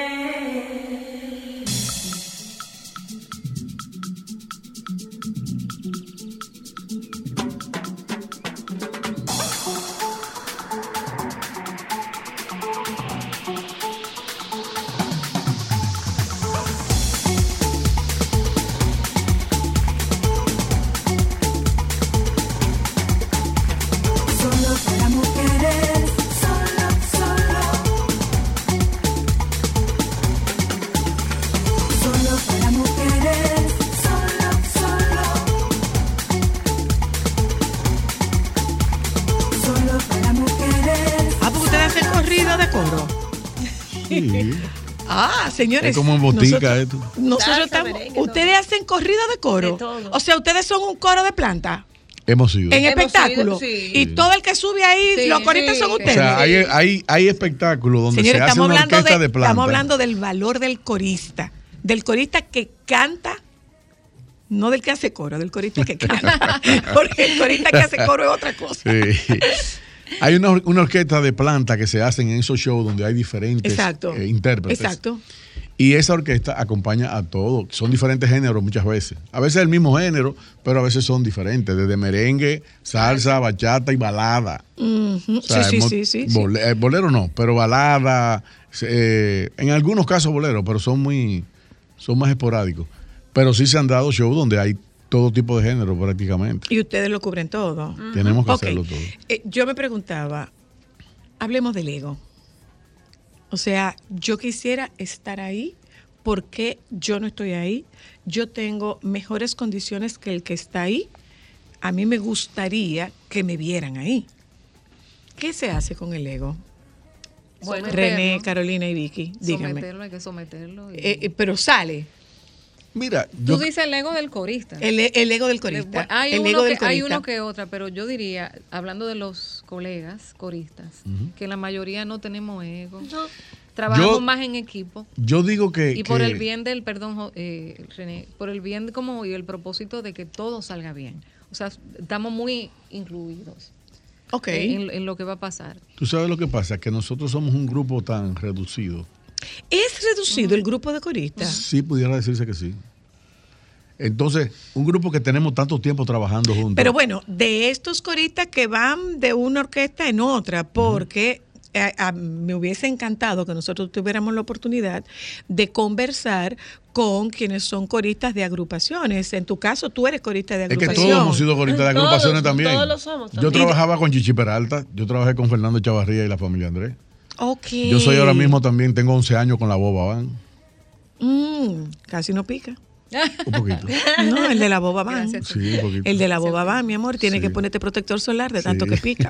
Speaker 15: Solo para mujeres, solo, solo. Solo para mujeres, solo, solo. Solo para mujeres.
Speaker 2: Ah, porque ustedes hacen corrido de coro.
Speaker 13: Sí.
Speaker 2: Ah, señores.
Speaker 13: Es como en botica
Speaker 2: nosotros-
Speaker 13: esto.
Speaker 2: Nosotros
Speaker 14: Salsa,
Speaker 2: estamos,
Speaker 14: merengue,
Speaker 2: ustedes hacen corrido de coro.
Speaker 14: De todo.
Speaker 2: O sea, ustedes son un coro de planta
Speaker 13: Hemos sido.
Speaker 2: en
Speaker 14: Hemos
Speaker 2: espectáculo.
Speaker 14: sido, sí.
Speaker 2: Y todo el que sube ahí,
Speaker 12: Sí,
Speaker 2: los coristas
Speaker 12: sí.
Speaker 2: son
Speaker 12: O
Speaker 13: O
Speaker 2: ustedes.
Speaker 13: sea, hay, hay, hay espectáculos donde
Speaker 2: Señores,
Speaker 13: se hace
Speaker 2: estamos
Speaker 13: una
Speaker 2: hablando,
Speaker 13: orquesta
Speaker 2: de,
Speaker 13: de, planta.
Speaker 2: estamos hablando del valor del corista. Del corista que canta, no del que hace coro, del corista que canta. Porque el corista que hace coro es otra cosa.
Speaker 13: Sí. Hay una, or- una orquesta de planta que se hacen en esos shows donde hay diferentes
Speaker 2: Exacto.
Speaker 13: eh, intérpretes.
Speaker 2: Exacto.
Speaker 13: Y esa orquesta acompaña a todo. Son diferentes géneros muchas veces. A veces el mismo género, pero a veces son diferentes. Desde merengue, salsa, bachata y balada.
Speaker 2: Ujú.
Speaker 13: O sea,
Speaker 2: sí, sí,
Speaker 13: hemos-
Speaker 2: sí, sí, sí.
Speaker 13: bole- eh, bolero no, pero balada. eh, en algunos casos bolero, pero son muy, son más esporádicos. Pero sí se han dado shows donde hay todo tipo de género prácticamente.
Speaker 2: Y ustedes lo cubren todo.
Speaker 13: Tenemos que
Speaker 2: Ok.
Speaker 13: hacerlo todo.
Speaker 2: Eh, yo me preguntaba, hablemos del ego. O sea, yo quisiera estar ahí, ¿por qué yo no estoy ahí? Yo tengo mejores condiciones que el que está ahí. A mí me gustaría que me vieran ahí. ¿Qué se hace con el ego?
Speaker 12: Bueno,
Speaker 2: René,
Speaker 12: someterlo.
Speaker 2: Carolina y Vicky, díganme.
Speaker 12: Someterlo, hay que someterlo. y-
Speaker 2: Eh, eh, pero sale
Speaker 13: Mira,
Speaker 12: Tú
Speaker 13: yo,
Speaker 12: dices el ego del corista.
Speaker 2: el, el ego del corista.
Speaker 12: Bueno, hay,
Speaker 2: el
Speaker 12: uno
Speaker 2: ego
Speaker 12: que,
Speaker 2: del corista.
Speaker 12: hay uno que otra, pero yo diría, hablando de los colegas coristas,
Speaker 13: Ujú.
Speaker 12: que la mayoría no tenemos ego. Trabajamos
Speaker 13: Yo-
Speaker 12: más en equipo.
Speaker 13: yo digo que.
Speaker 12: Y por
Speaker 13: que-
Speaker 12: el bien del, perdón, Jo- eh, René, por el bien como y el propósito de que todo salga bien. O sea, estamos muy incluidos
Speaker 2: Ok.
Speaker 12: en, en lo que va a pasar.
Speaker 13: Tú sabes lo que pasa, que nosotros somos un grupo tan reducido.
Speaker 2: ¿Es reducido el grupo de coristas?
Speaker 13: Sí, pudiera decirse que sí. Entonces, un grupo que tenemos tanto tiempo trabajando juntos.
Speaker 2: Pero bueno, de estos coristas que van de una orquesta en otra, porque eh, a- me hubiese encantado que nosotros tuviéramos la oportunidad de conversar con quienes son coristas de agrupaciones. En tu caso, tú eres corista de
Speaker 13: es que
Speaker 2: agrupación.
Speaker 13: todos hemos sido coristas de
Speaker 14: Todos,
Speaker 13: agrupaciones también.
Speaker 14: todos lo somos
Speaker 13: Yo
Speaker 14: también.
Speaker 13: trabajaba con Chichi Peralta, yo trabajé con Fernando Chavarría y la familia Andrés.
Speaker 2: Ok.
Speaker 13: Yo soy ahora mismo también, tengo once años con la Boba Van.
Speaker 2: Mm, casi no pica.
Speaker 13: Un poquito.
Speaker 2: No, el de la boba van.
Speaker 13: Sí, un poquito.
Speaker 2: El de la boba van, mi amor, tiene
Speaker 13: Sí.
Speaker 2: que ponerte protector solar de
Speaker 13: Sí.
Speaker 2: tanto que pica.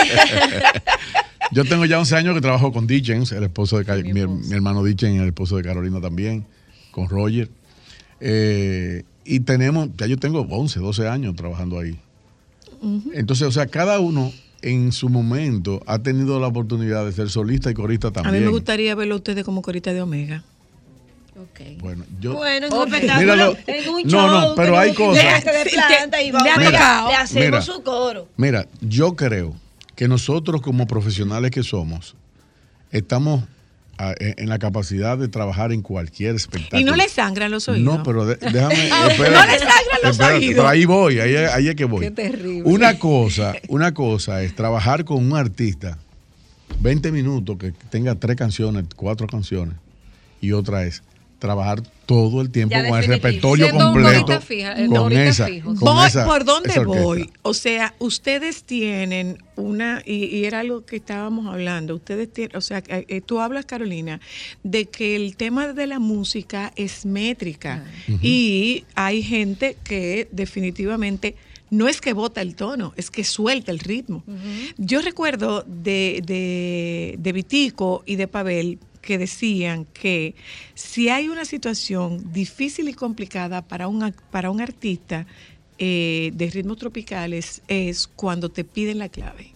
Speaker 13: Yo tengo ya once años que trabajo con Dickens, el esposo de Ca- mi, mi hermano Dickens, el esposo de Carolina también, con Roger. Eh, y tenemos, ya yo tengo once, doce años trabajando ahí.
Speaker 2: Ujú.
Speaker 13: Entonces, o sea, cada uno en su momento ha tenido la oportunidad de ser solista y corista
Speaker 2: A
Speaker 13: también.
Speaker 2: mí me gustaría verlo a ustedes como corita de Omega.
Speaker 13: Bueno, yo,
Speaker 14: Bueno, en
Speaker 2: Ok.
Speaker 14: un espectáculo,
Speaker 13: Míralo.
Speaker 14: en un
Speaker 13: No,
Speaker 14: show.
Speaker 13: no, pero
Speaker 14: que
Speaker 13: hay
Speaker 14: no-
Speaker 13: cosas.
Speaker 14: Déjate de planta y vamos,
Speaker 2: Le ha
Speaker 14: mira,
Speaker 2: tocado.
Speaker 14: le hacemos
Speaker 13: Mira.
Speaker 14: su coro.
Speaker 13: Mira, yo creo que nosotros como profesionales que somos, estamos a- en en la capacidad de trabajar en cualquier espectáculo.
Speaker 2: Y no le sangran los oídos.
Speaker 13: No, pero de- déjame.
Speaker 2: Ah,
Speaker 13: espérate,
Speaker 2: no le sangran los
Speaker 13: espérate,
Speaker 2: oídos.
Speaker 13: Pero ahí voy, ahí, ahí es que voy.
Speaker 2: Qué terrible.
Speaker 13: Una cosa, una cosa es trabajar con un artista veinte minutos que tenga tres canciones, cuatro canciones, y otra es trabajar todo el tiempo
Speaker 2: Ya
Speaker 13: con el
Speaker 2: definitivo.
Speaker 13: repertorio
Speaker 2: Siendo un
Speaker 13: completo.
Speaker 2: corista fija, el
Speaker 13: con
Speaker 2: corista
Speaker 13: esa,
Speaker 2: fijo.
Speaker 13: con
Speaker 2: Voy,
Speaker 13: esa-
Speaker 2: ¿por dónde
Speaker 13: esa orquesta.
Speaker 2: voy? O sea, ustedes tienen una, y, y era algo que estábamos hablando, ustedes tienen, o sea, eh, eh, tú hablas, Carolina, de que el tema de la música es métrica.
Speaker 16: Ujú.
Speaker 2: Y hay gente que definitivamente no es que bota el tono, es que suelta el ritmo. Yo recuerdo de, de, de Vitico y de Pavel que decían que si hay una situación difícil y complicada para un, ac- para un artista eh, de ritmos tropicales es cuando te piden la clave.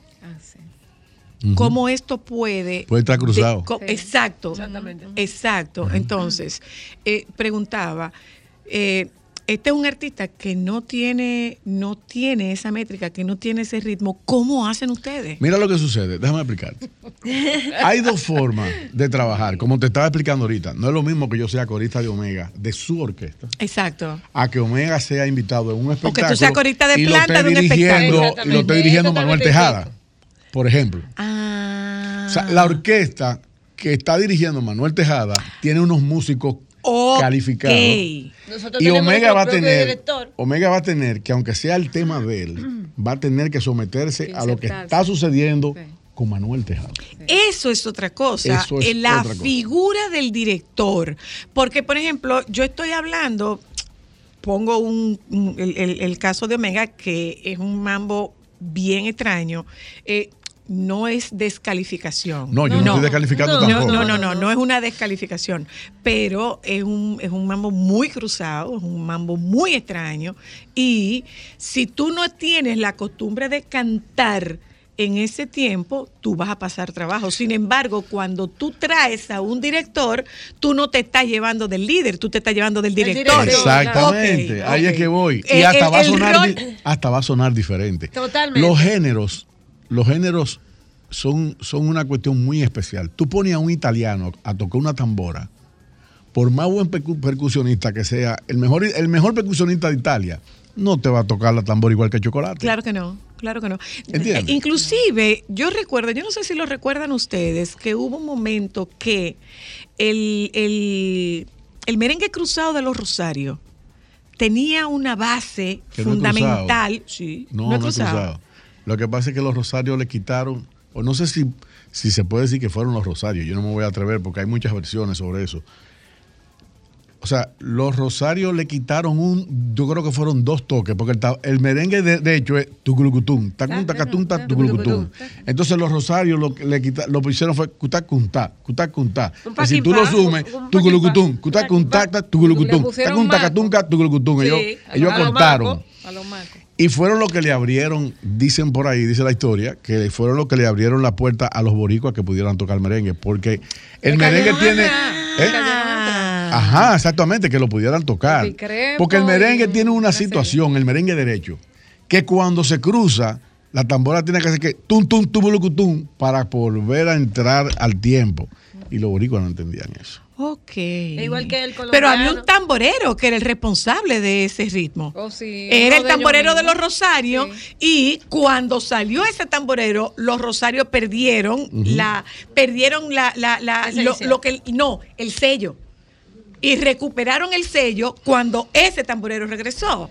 Speaker 13: Ujú.
Speaker 2: ¿Cómo esto puede...
Speaker 13: Puede estar cruzado.
Speaker 2: de- co- exacto.
Speaker 14: Exactamente.
Speaker 2: Exacto. Entonces, eh, preguntaba, eh, este es un artista que no tiene, no tiene esa métrica, que no tiene ese ritmo. ¿Cómo hacen ustedes?
Speaker 13: Mira lo que sucede, déjame explicarte. Hay dos formas de trabajar, como te estaba explicando ahorita. No es lo mismo que yo sea corista de Omega, de su orquesta,
Speaker 2: Exacto.
Speaker 13: a que Omega sea invitado en un espectáculo.
Speaker 2: O que tú seas corista de
Speaker 13: y lo
Speaker 2: planta
Speaker 13: esté
Speaker 2: de un
Speaker 13: dirigiendo,
Speaker 2: espectáculo.
Speaker 13: y lo esté dirigiendo Manuel
Speaker 2: Totalmente
Speaker 13: Tejada, por ejemplo.
Speaker 2: Ah.
Speaker 13: O sea, la orquesta que está dirigiendo Manuel Tejada tiene unos músicos
Speaker 2: Ok.
Speaker 13: calificados.
Speaker 14: Nosotros
Speaker 13: Y
Speaker 14: tenemos
Speaker 13: Omega
Speaker 14: nuestro
Speaker 13: va a
Speaker 14: propio
Speaker 13: tener,
Speaker 14: director.
Speaker 13: Omega va a tener que, aunque sea el tema de él, va a tener que someterse a lo que
Speaker 2: Insertarse.
Speaker 13: está sucediendo con Manuel Tejada.
Speaker 2: Eso es otra cosa,
Speaker 13: Eso es
Speaker 2: eh, la
Speaker 13: otra cosa.
Speaker 2: figura del director. Porque, por ejemplo, yo estoy hablando, pongo un, un- el, el- el caso de Omega, que es un mambo bien extraño. eh, no es descalificación.
Speaker 13: No, yo no estoy descalificando
Speaker 2: no,
Speaker 13: tampoco.
Speaker 2: No, no, no, no es una descalificación, pero es un, es un mambo muy cruzado, es un mambo muy extraño. Y si tú no tienes la costumbre de cantar en ese tiempo, tú vas a pasar trabajo. Sin embargo, cuando tú traes a un director, tú no te estás llevando del líder, tú te estás llevando del director.
Speaker 13: Exactamente,
Speaker 2: Ok,
Speaker 13: ahí
Speaker 2: ok.
Speaker 13: es que voy. Y
Speaker 2: Eh,
Speaker 13: hasta
Speaker 2: el-
Speaker 13: va a
Speaker 2: el
Speaker 13: sonar
Speaker 2: rol-
Speaker 13: di- hasta va a sonar diferente.
Speaker 14: Totalmente.
Speaker 13: Los géneros, los géneros son, son una cuestión muy especial. Tú pones a un italiano a tocar una tambora, por más buen percu- percusionista que sea, el mejor, el mejor percusionista de Italia, no te va a tocar la tambora igual que Chocolate.
Speaker 2: Claro que no, claro que no.
Speaker 13: ¿Entiendes?
Speaker 2: Eh, Inclusive, yo recuerdo, yo no sé si lo recuerdan ustedes, que hubo un momento que el, el, el merengue cruzado de los Rosarios tenía una base
Speaker 13: Que no es
Speaker 2: fundamental.
Speaker 13: cruzado.
Speaker 2: Sí,
Speaker 13: No,
Speaker 2: no,
Speaker 13: no
Speaker 2: es
Speaker 13: es
Speaker 2: cruzado.
Speaker 13: cruzado. Lo que pasa es que los Rosarios le quitaron, o no sé si, si se puede decir que fueron los Rosarios, yo no me voy a atrever porque hay muchas versiones sobre eso. O sea, los Rosarios le quitaron un, yo creo que fueron dos toques, porque el, ta- el merengue de, de hecho es tuculucutum, tacun, tacatun, ta, tuculucutum. Entonces los Rosarios lo que le quita, lo que hicieron fue cutacuntá, cutacuntá.
Speaker 14: Un
Speaker 13: Si tú lo
Speaker 14: paquipá,
Speaker 13: sumes,
Speaker 14: un- un
Speaker 13: tuculucutum, cutacuntá, ta, tuculucutum,
Speaker 12: Le pusieron
Speaker 13: tacun,
Speaker 12: maco.
Speaker 13: tacatun, ca, tuculucutum.
Speaker 12: Sí,
Speaker 13: Ellos,
Speaker 12: a
Speaker 13: ellos
Speaker 12: lo- a lo
Speaker 13: cortaron.
Speaker 12: maco, a lo maco.
Speaker 13: Y fueron los que le abrieron, dicen por ahí, dice la historia, que fueron los que le abrieron la puerta a los boricuas que pudieran tocar merengue, porque el merengue tiene... ¿eh? Ajá, exactamente, que lo pudieran tocar.
Speaker 12: El crepo
Speaker 13: Porque el merengue
Speaker 12: y
Speaker 13: tiene una situación, el merengue derecho, que cuando se cruza, la tambora tiene que hacer que tum, tum, tum, para volver a entrar al tiempo. Y los boricuas no entendían eso.
Speaker 2: Ok.
Speaker 14: Igual que el colombiano.
Speaker 2: Pero había un tamborero que era el responsable de ese ritmo.
Speaker 12: Oh, sí,
Speaker 2: Era
Speaker 12: uno
Speaker 2: el
Speaker 12: de ellos
Speaker 2: tamborero de
Speaker 12: mismos.
Speaker 2: los Rosarios y cuando salió ese tamborero, los Rosarios perdieron
Speaker 13: Ujú.
Speaker 2: la perdieron la, la, la
Speaker 14: La
Speaker 2: lo,
Speaker 14: esencia.
Speaker 2: lo que no, el sello. Y recuperaron el sello cuando ese tamborero regresó.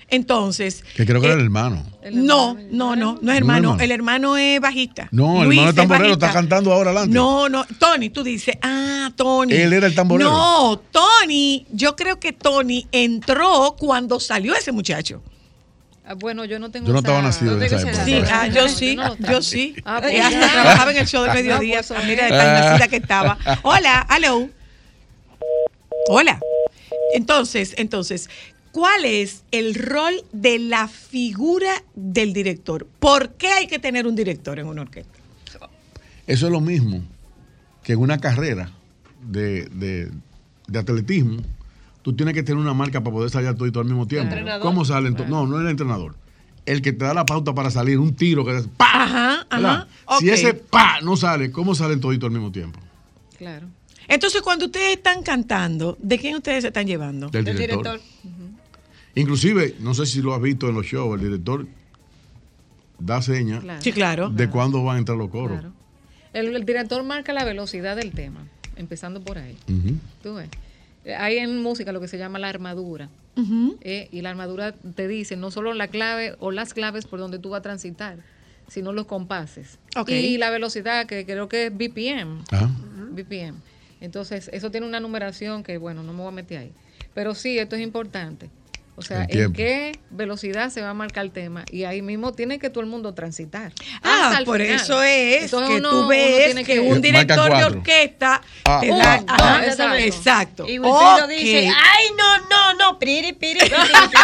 Speaker 2: Entonces.
Speaker 13: Que creo que
Speaker 2: eh,
Speaker 13: era el hermano.
Speaker 2: No, no, no, no es hermano.
Speaker 13: hermano.
Speaker 2: El hermano es bajista.
Speaker 13: No, el
Speaker 2: Luis
Speaker 13: hermano
Speaker 2: es
Speaker 13: tamborero
Speaker 2: bajista.
Speaker 13: está cantando ahora adelante.
Speaker 2: No, no, Tony, tú dices, ah, Tony.
Speaker 13: Él era el tamborero.
Speaker 2: No, Tony, yo creo que Tony entró cuando salió ese muchacho.
Speaker 12: Ah, bueno, yo no tengo
Speaker 13: Yo no
Speaker 12: esa-
Speaker 13: estaba nacido en
Speaker 12: tengo
Speaker 13: esa
Speaker 12: esa
Speaker 13: época.
Speaker 12: edad.
Speaker 2: Sí, ah, yo sí,
Speaker 12: no,
Speaker 2: yo sí.
Speaker 12: Ah, pues
Speaker 2: Ella
Speaker 12: ya.
Speaker 2: trabajaba en el show del
Speaker 12: No,
Speaker 2: mediodía.
Speaker 12: pues,
Speaker 2: Ah, mira, tan nacida que estaba. Hola, hello. Hola. Entonces, entonces, ¿cuál es el rol de la figura del director? ¿Por qué hay que tener un director en una orquesta?
Speaker 13: Eso es lo mismo que en una carrera de, de, de atletismo, tú tienes que tener una marca para poder salir todo al mismo tiempo.
Speaker 2: Entrenador.
Speaker 13: ¿Cómo salen? to- No, no es el entrenador. El que te da la pauta para salir, un tiro que ¡pa!
Speaker 2: Ajá,
Speaker 13: ¿verdad?
Speaker 2: ajá.
Speaker 13: Si
Speaker 2: ok.
Speaker 13: ese pa no sale, ¿cómo salen toditos al mismo tiempo?
Speaker 12: Claro.
Speaker 2: Entonces, cuando ustedes están cantando, ¿de quién ustedes se están llevando?
Speaker 13: Del Del director. director. Inclusive, no sé si lo has visto en los shows, el director da señas
Speaker 12: Claro.
Speaker 2: Sí, claro.
Speaker 13: de cuándo van a entrar los coros.
Speaker 12: Claro. El, el director marca la velocidad del tema, empezando por ahí.
Speaker 13: Ujú.
Speaker 12: Tú ves. Eh, Hay en música lo que se llama la armadura.
Speaker 2: Ujú.
Speaker 12: eh, y la armadura te dice no solo la clave o las claves por donde tú vas a transitar, sino los compases.
Speaker 2: Ok.
Speaker 12: Y la velocidad, que creo que es B P M.
Speaker 13: Ajá.
Speaker 12: B P M. Entonces, eso tiene una numeración que, bueno, no me voy a meter ahí. Pero sí, esto es importante. O sea,
Speaker 13: El
Speaker 12: en
Speaker 13: tiempo.
Speaker 12: qué velocidad se va a marcar el tema. Y ahí mismo tiene que todo el mundo transitar.
Speaker 2: Ah,
Speaker 12: hasta el
Speaker 2: por
Speaker 12: final.
Speaker 2: eso es
Speaker 12: Entonces
Speaker 2: que
Speaker 12: uno-
Speaker 2: tú
Speaker 12: uno
Speaker 2: ves
Speaker 12: tiene
Speaker 2: que,
Speaker 12: que-
Speaker 2: un
Speaker 13: Marca
Speaker 2: director de
Speaker 13: cuatro.
Speaker 2: orquesta
Speaker 13: Ah.
Speaker 2: te
Speaker 13: Un,
Speaker 2: da-
Speaker 14: dos,
Speaker 2: ajá,
Speaker 14: exactamente.
Speaker 2: exacto.
Speaker 14: Y Wilfrido
Speaker 2: Ok.
Speaker 14: dice, ay, no, no, no, piri, piri, piri.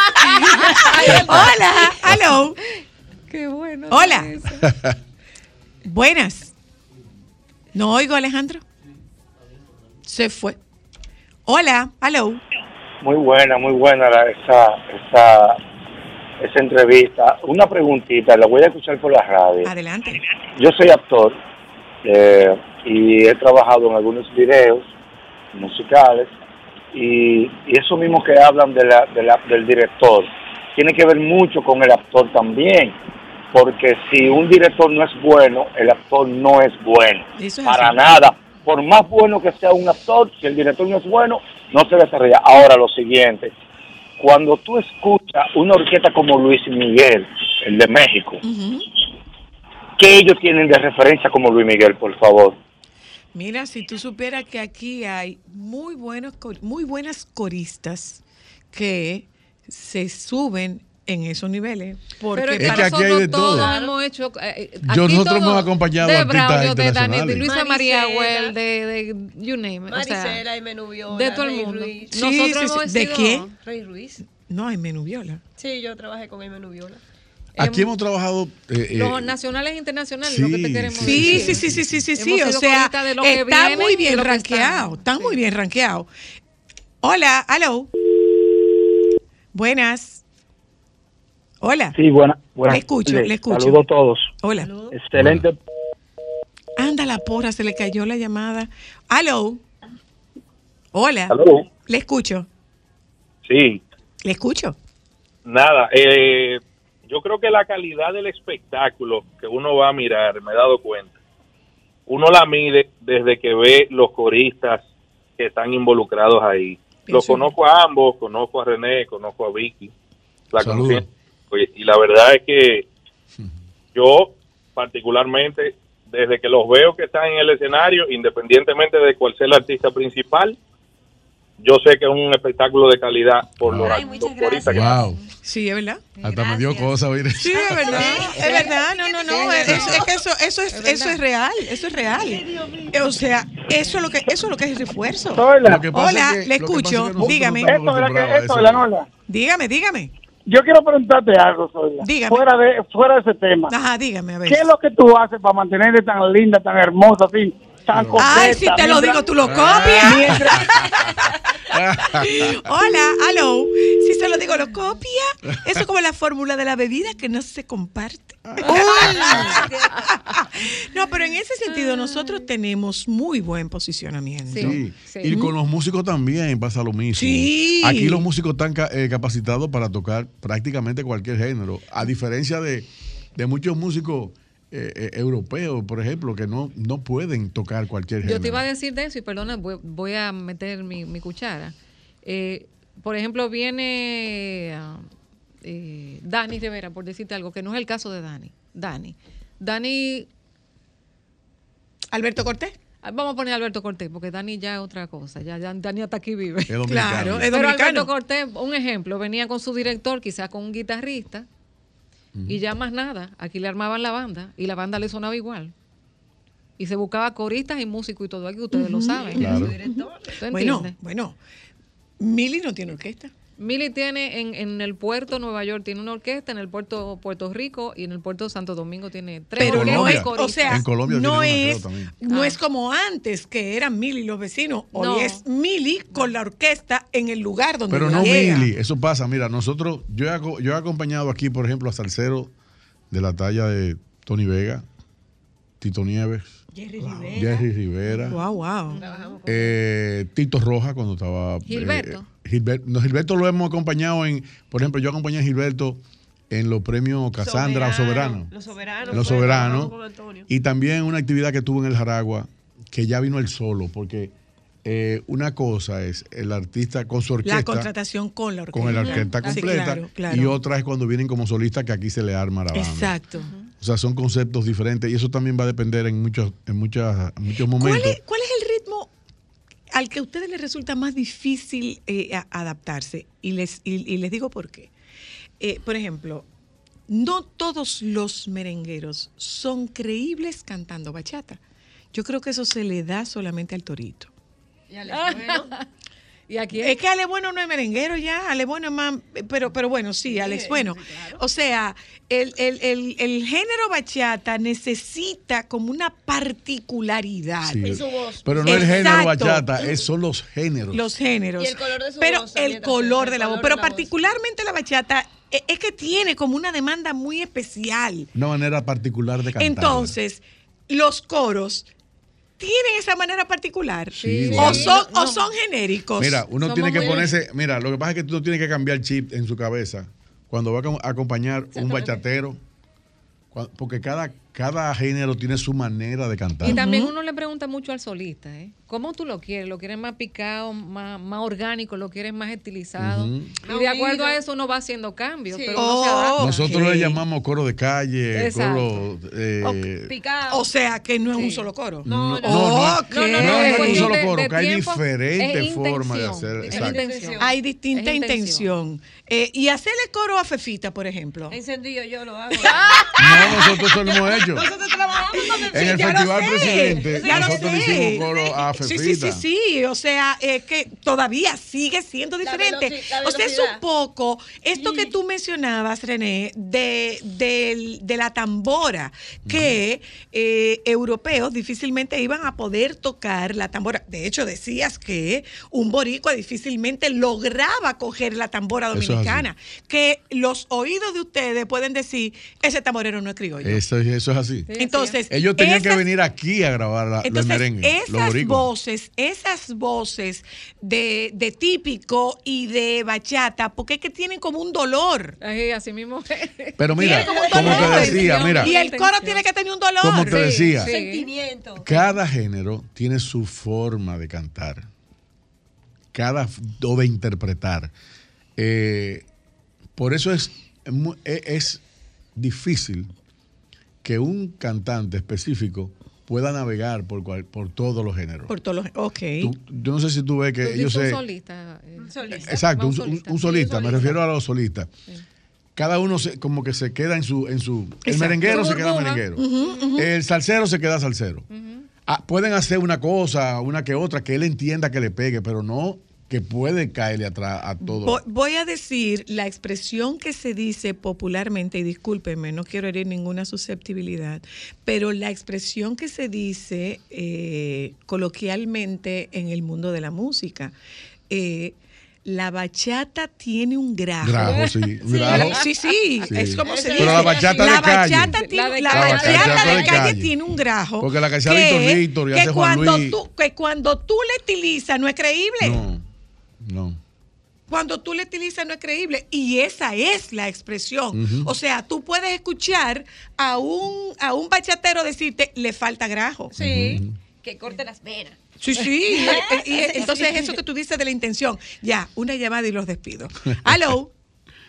Speaker 2: Hola, hello.
Speaker 12: Qué bueno.
Speaker 2: Hola. Buenas. ¿No oigo, Alejandro? Se fue. Hola, hello.
Speaker 16: Muy buena, muy buena la- esa, esa, esa entrevista. Una preguntita, la voy a escuchar por la radio.
Speaker 2: Adelante.
Speaker 16: Yo soy actor eh, y he trabajado en algunos videos musicales y, y eso mismo que hablan de la, de la, del director tiene que ver mucho con el actor también, porque si un director no es bueno, el actor no es bueno,
Speaker 2: Eso es
Speaker 16: para
Speaker 2: así.
Speaker 16: nada. Por más bueno que sea un actor, si el director no es bueno, no se desarrolla. Ahora, lo siguiente, cuando tú escuchas una orquesta como Luis Miguel, el de México, ¿qué ellos tienen de referencia como Luis Miguel, por favor?
Speaker 2: Mira, si tú supieras que aquí hay muy buenos, cor- muy buenas coristas que se suben en esos niveles. Porque
Speaker 12: Pero
Speaker 13: Es que
Speaker 2: para
Speaker 13: aquí hay de todo.
Speaker 12: todos hemos hecho. eh,
Speaker 13: Yo-
Speaker 12: aquí
Speaker 13: nosotros
Speaker 12: todo,
Speaker 13: hemos acompañado
Speaker 12: de
Speaker 13: artistas
Speaker 12: Braulio, de Dani, de
Speaker 13: internacionales.
Speaker 12: Luisa María
Speaker 14: Marisela.
Speaker 12: Well, de, de you name it. O sea,
Speaker 14: Marisela y Menú Viola,
Speaker 12: de todo el
Speaker 14: Rey
Speaker 12: mundo.
Speaker 14: Ruiz.
Speaker 2: Sí,
Speaker 12: Nosotros
Speaker 2: sí,
Speaker 12: hemos
Speaker 2: sí. ¿De
Speaker 12: sido-
Speaker 2: quién?
Speaker 14: Rey Ruiz.
Speaker 2: No, hay Menú Viola.
Speaker 14: Sí, yo trabajé con el Menú Viola.
Speaker 13: Aquí hemos trabajado. eh, eh,
Speaker 12: Los nacionales e internacionales, lo que te
Speaker 13: sí,
Speaker 12: queremos
Speaker 2: Sí,
Speaker 12: decir.
Speaker 2: sí, sí, sí, sí, sí,
Speaker 12: Hemos
Speaker 2: sí. O
Speaker 12: sido
Speaker 2: sea,
Speaker 12: coristas de lo que
Speaker 2: está
Speaker 12: viene
Speaker 2: muy
Speaker 12: y
Speaker 2: bien
Speaker 12: lo que
Speaker 2: rankeado.
Speaker 12: está.
Speaker 2: Está muy bien rankeado. Hola, hello. Buenas. Hola.
Speaker 17: Sí, buena, buenas
Speaker 2: Le escucho,
Speaker 17: tardes.
Speaker 2: le escucho.
Speaker 17: Saludos a todos.
Speaker 2: Hola.
Speaker 17: Excelente.
Speaker 2: Anda la porra, se le cayó la llamada. Hello. Hola.
Speaker 18: Aló.
Speaker 2: Le escucho.
Speaker 18: Sí,
Speaker 2: Le escucho.
Speaker 18: nada, eh, yo creo que la calidad del espectáculo que uno va a mirar, me he dado cuenta, uno la mide desde que ve los coristas que están involucrados ahí. Los
Speaker 19: Eso.
Speaker 18: conozco a ambos, conozco a René, conozco a Vicky, la
Speaker 13: Saludos.
Speaker 18: conocí, oye, y la verdad es que yo particularmente, desde que los veo que están en el escenario, independientemente de cuál sea el artista principal, yo sé que es un espectáculo de calidad por los, los coristas que
Speaker 13: Wow.
Speaker 2: Sí, es verdad.
Speaker 13: Hasta me dio cosa oír eso.
Speaker 2: Sí, es verdad, es verdad, no, no, no, es, es que eso, eso es,
Speaker 14: Es
Speaker 2: eso es real, eso es real. Eh, O sea, eso es lo que, eso es lo que es refuerzo.
Speaker 7: Hola.
Speaker 13: Lo que pasa
Speaker 2: Hola,
Speaker 13: es que-
Speaker 2: le
Speaker 13: lo que pasa es
Speaker 2: escucho,
Speaker 13: que nosotros
Speaker 2: dígame.
Speaker 13: no estamos
Speaker 7: Esto, ¿verdad que-
Speaker 13: acostumbrados a
Speaker 7: esto,
Speaker 13: eso.
Speaker 7: ¿verdad, Norla?
Speaker 2: Dígame, dígame.
Speaker 7: Yo quiero preguntarte algo, Zoila.
Speaker 2: Dígame.
Speaker 7: Fuera de, fuera de ese tema.
Speaker 2: Ajá, dígame, a ver.
Speaker 7: ¿Qué es lo que tú haces para mantenerte tan linda, tan hermosa, así, tan coqueta?
Speaker 2: Ay, si te lo
Speaker 7: Mientras-
Speaker 2: digo, tú lo copias.
Speaker 7: Mientras-
Speaker 2: Hola, hello. Si se lo digo, lo copia. Eso es como la fórmula de la bebida que no se comparte. No, pero en ese sentido nosotros tenemos muy buen posicionamiento.
Speaker 13: Sí. Y con los músicos también pasa lo mismo.
Speaker 2: Sí.
Speaker 13: Aquí los músicos están ca- eh, capacitados para tocar prácticamente cualquier género, a diferencia de, de muchos músicos eh, eh, europeos, por ejemplo, que no, no pueden tocar cualquier género.
Speaker 12: Yo te iba a decir de eso y perdona, voy, voy a meter mi, mi cuchara. Eh, por ejemplo, viene ah, eh, Dani Rivera, por decirte algo, que no es el caso de Dani. Dani. Dani.
Speaker 2: Alberto Cortés.
Speaker 12: Vamos a poner a Alberto Cortés, porque Dani ya es otra cosa. Ya, ya Dani hasta aquí vive.
Speaker 13: Es dominicano.
Speaker 2: Claro, es
Speaker 12: Pero
Speaker 2: dominicano.
Speaker 12: Alberto Cortés, un ejemplo, venía con su director, quizás con un guitarrista, y ya más nada. Aquí le armaban la banda, y la banda le sonaba igual. Y se buscaba coristas y músicos y todo, aquí ustedes lo saben.
Speaker 13: Claro.
Speaker 12: ¿Tú
Speaker 2: Bueno,
Speaker 12: entiendes?
Speaker 2: bueno. Mili no tiene orquesta.
Speaker 12: Mili tiene en, en el puerto Nueva York tiene una orquesta, en el puerto Puerto Rico y en el puerto Santo Domingo tiene tres
Speaker 2: Pero no
Speaker 12: orquestas
Speaker 2: es,
Speaker 12: y coristas.
Speaker 2: o sea,
Speaker 13: En Colombia
Speaker 2: no
Speaker 13: tiene una,
Speaker 2: es,
Speaker 13: creo, también.
Speaker 2: no
Speaker 12: Ah.
Speaker 2: es como antes que eran Mili los vecinos. Hoy
Speaker 12: No.
Speaker 2: es Mili con la orquesta en el lugar donde
Speaker 13: Pero no
Speaker 2: llega.
Speaker 13: Mili, eso pasa. Mira, nosotros, yo he, aco- yo he acompañado aquí, por ejemplo, a salseros de la talla de Tony Vega, Tito Nieves,
Speaker 14: Jerry Rivera.
Speaker 13: Jerry Rivera,
Speaker 2: Wow, wow.
Speaker 13: eh, Tito Roja cuando estaba.
Speaker 12: Gilberto.
Speaker 13: eh, Gilber- no, Gilberto lo hemos acompañado en, por ejemplo, yo acompañé a Gilberto en los premios Casandra o Soberano.
Speaker 14: Los soberanos.
Speaker 13: Los
Speaker 14: fue,
Speaker 13: soberanos.
Speaker 14: trabajamos con Antonio.
Speaker 13: Y también una actividad que tuvo en el Jaragua, que ya vino él solo, porque eh, una cosa es el artista con su orquesta.
Speaker 2: La contratación con la orquesta.
Speaker 13: Con la orquesta
Speaker 2: Sí,
Speaker 13: completa.
Speaker 2: claro, claro.
Speaker 13: Y otra es cuando vienen como solistas, que aquí se le arma la banda.
Speaker 2: Exacto.
Speaker 13: O sea, son conceptos diferentes y eso también va a depender en muchos, en muchas, en muchos momentos.
Speaker 2: ¿Cuál es, cuál es el ritmo al que a ustedes les resulta más difícil eh, a- adaptarse? Y les, y, y les digo por qué. Eh, por ejemplo, no todos los merengueros son creíbles cantando bachata. Yo creo que eso se le da solamente al torito.
Speaker 14: Y Alex Bueno.
Speaker 12: ¿Y aquí
Speaker 2: Es que Ale Bueno no es merenguero ya, Ale Bueno es más, pero, pero bueno, sí, Alex Bueno. O sea, el, el, el, el género bachata necesita como una particularidad.
Speaker 13: Sí. Pero no el género
Speaker 2: Exacto.
Speaker 13: bachata, es, son los géneros.
Speaker 2: Los géneros.
Speaker 14: Y el color de su
Speaker 2: pero
Speaker 14: voz también
Speaker 2: el
Speaker 14: está
Speaker 2: color
Speaker 14: cerca,
Speaker 2: de la
Speaker 14: el
Speaker 2: voz.
Speaker 14: color
Speaker 2: Pero
Speaker 14: de la voz.
Speaker 2: particularmente la bachata eh, es que tiene como una demanda muy especial.
Speaker 13: Una manera particular de cantar.
Speaker 2: Entonces, los coros tienen esa manera particular.
Speaker 13: Sí,
Speaker 2: o,
Speaker 13: bueno.
Speaker 2: son, o son genéricos.
Speaker 13: Mira, uno
Speaker 2: Somos
Speaker 13: tiene que
Speaker 2: muy-
Speaker 13: ponerse. Mira, lo que pasa es que tú tienes que cambiar el chip en su cabeza cuando va a acom- a acompañar un bachatero. cua- Porque cada, cada género tiene su manera de cantar.
Speaker 12: Y también uno le pregunta mucho al solista, ¿eh? ¿Cómo tú lo quieres? ¿Lo quieres más picado, más, más orgánico? ¿Lo quieres más estilizado?
Speaker 13: Ujú.
Speaker 12: Y de acuerdo a eso uno va haciendo cambios, pero
Speaker 2: Oh,
Speaker 12: uno se adapta.
Speaker 13: Nosotros le llamamos coro de calle,
Speaker 12: Exacto.
Speaker 13: coro. eh,
Speaker 2: O sea, que no es un solo coro.
Speaker 13: No, no, no,
Speaker 2: Ok.
Speaker 13: no, no, no es un
Speaker 12: cuestión
Speaker 13: solo
Speaker 12: de-
Speaker 13: coro,
Speaker 12: de
Speaker 13: que hay
Speaker 12: tiempo,
Speaker 13: diferentes
Speaker 12: es
Speaker 13: formas de
Speaker 12: intención,
Speaker 13: hacer.
Speaker 12: es
Speaker 13: Exacto.
Speaker 12: intención.
Speaker 2: Hay distinta
Speaker 12: Es
Speaker 2: intención.
Speaker 12: intención.
Speaker 2: Eh, y hacerle coro a Fefita, por ejemplo.
Speaker 14: Encendido yo lo hago.
Speaker 13: No, nosotros eso lo hemos hecho.
Speaker 14: Nosotros trabajamos con
Speaker 13: En
Speaker 2: Sí,
Speaker 13: el
Speaker 2: ya lo
Speaker 13: Festival
Speaker 2: sé,
Speaker 13: Presidente,
Speaker 2: ya lo
Speaker 13: nosotros le
Speaker 2: sé.
Speaker 13: hicimos coro a
Speaker 2: Sí,
Speaker 13: Fefita.
Speaker 2: sí, sí, sí. O sea, es que todavía sigue siendo
Speaker 14: La
Speaker 2: diferente.
Speaker 14: veloci- la
Speaker 2: O sea, es
Speaker 14: velocidad.
Speaker 2: un poco esto que tú mencionabas, René, de, del- de la tambora, que eh, europeos difícilmente iban a poder tocar la tambora. De hecho, decías que un boricua difícilmente lograba coger la tambora
Speaker 13: Eso es
Speaker 2: dominicana. Que los oídos de ustedes pueden decir, ese tamborero no es criollo.
Speaker 13: Eso, eso es así.
Speaker 2: Entonces,
Speaker 13: Ellos tenían que
Speaker 2: esas-
Speaker 13: venir aquí a grabar la, los
Speaker 2: entonces,
Speaker 13: merengues, los
Speaker 2: esas
Speaker 13: boricuas.
Speaker 2: voces, esas voces de, de típico y de bachata, porque es que tienen como un dolor.
Speaker 12: Ay, así mismo.
Speaker 13: Pero mira,
Speaker 2: Tiene como un
Speaker 13: como
Speaker 2: dolor.
Speaker 13: te decía, mira,
Speaker 2: Y el coro tiene que tener un dolor.
Speaker 13: Como te decía,
Speaker 14: Sentimiento.
Speaker 13: cada género tiene su forma de cantar, cada o de interpretar. Eh, por eso es, mu- e- es difícil que un cantante específico pueda navegar por, cual- por todos los géneros.
Speaker 2: Por todos los. Ok.
Speaker 13: Tú- yo no sé si tú ves que
Speaker 12: Tú
Speaker 13: yo
Speaker 12: dices un
Speaker 13: sé.
Speaker 12: solista. eh,
Speaker 13: Exacto, un,
Speaker 12: un
Speaker 13: un-
Speaker 12: solista.
Speaker 13: un
Speaker 12: Sí,
Speaker 13: solista,
Speaker 12: un
Speaker 13: me
Speaker 12: solista.
Speaker 13: refiero a los solistas. Cada uno se, como que se queda en su, en su. El
Speaker 12: Exacto.
Speaker 13: merenguero
Speaker 12: Su
Speaker 13: se queda
Speaker 12: burbuja.
Speaker 13: merenguero.
Speaker 12: Ujú, ujú.
Speaker 13: El salsero se queda salsero. Ah, pueden hacer una cosa, una que otra, que él entienda que le pegue, pero no que puede caerle atrás a todo.
Speaker 2: Vo- Voy a decir la expresión que se dice popularmente, y discúlpenme, no quiero herir ninguna susceptibilidad, pero la expresión que se dice eh, coloquialmente en el mundo de la música. eh, la bachata tiene un grajo.
Speaker 13: Grajo, sí, un grajo.
Speaker 2: Sí, sí,
Speaker 13: Sí.
Speaker 2: es como se
Speaker 13: Pero
Speaker 2: dice.
Speaker 13: la bachata de calle.
Speaker 2: bachata tiene,
Speaker 12: La de
Speaker 2: la
Speaker 12: calle.
Speaker 2: bachata
Speaker 13: La bachata
Speaker 2: de
Speaker 13: de
Speaker 2: calle
Speaker 13: calle.
Speaker 2: tiene un grajo.
Speaker 13: Porque la que hacía
Speaker 2: que-
Speaker 13: Víctor Víctor y
Speaker 2: que
Speaker 13: hace Juan
Speaker 2: cuando
Speaker 13: Luis.
Speaker 2: tú Que cuando tú le utilizas no es creíble.
Speaker 13: No, no.
Speaker 2: Cuando tú le utilizas no es creíble. Y esa es la expresión.
Speaker 13: Ujú.
Speaker 2: O sea, tú puedes escuchar a un, a un bachatero decirte, le falta grajo.
Speaker 14: Sí. Que corte las venas.
Speaker 2: Sí, sí. y, y- y entonces eso que tú dices de la intención. Ya, una llamada y los despido. Hello.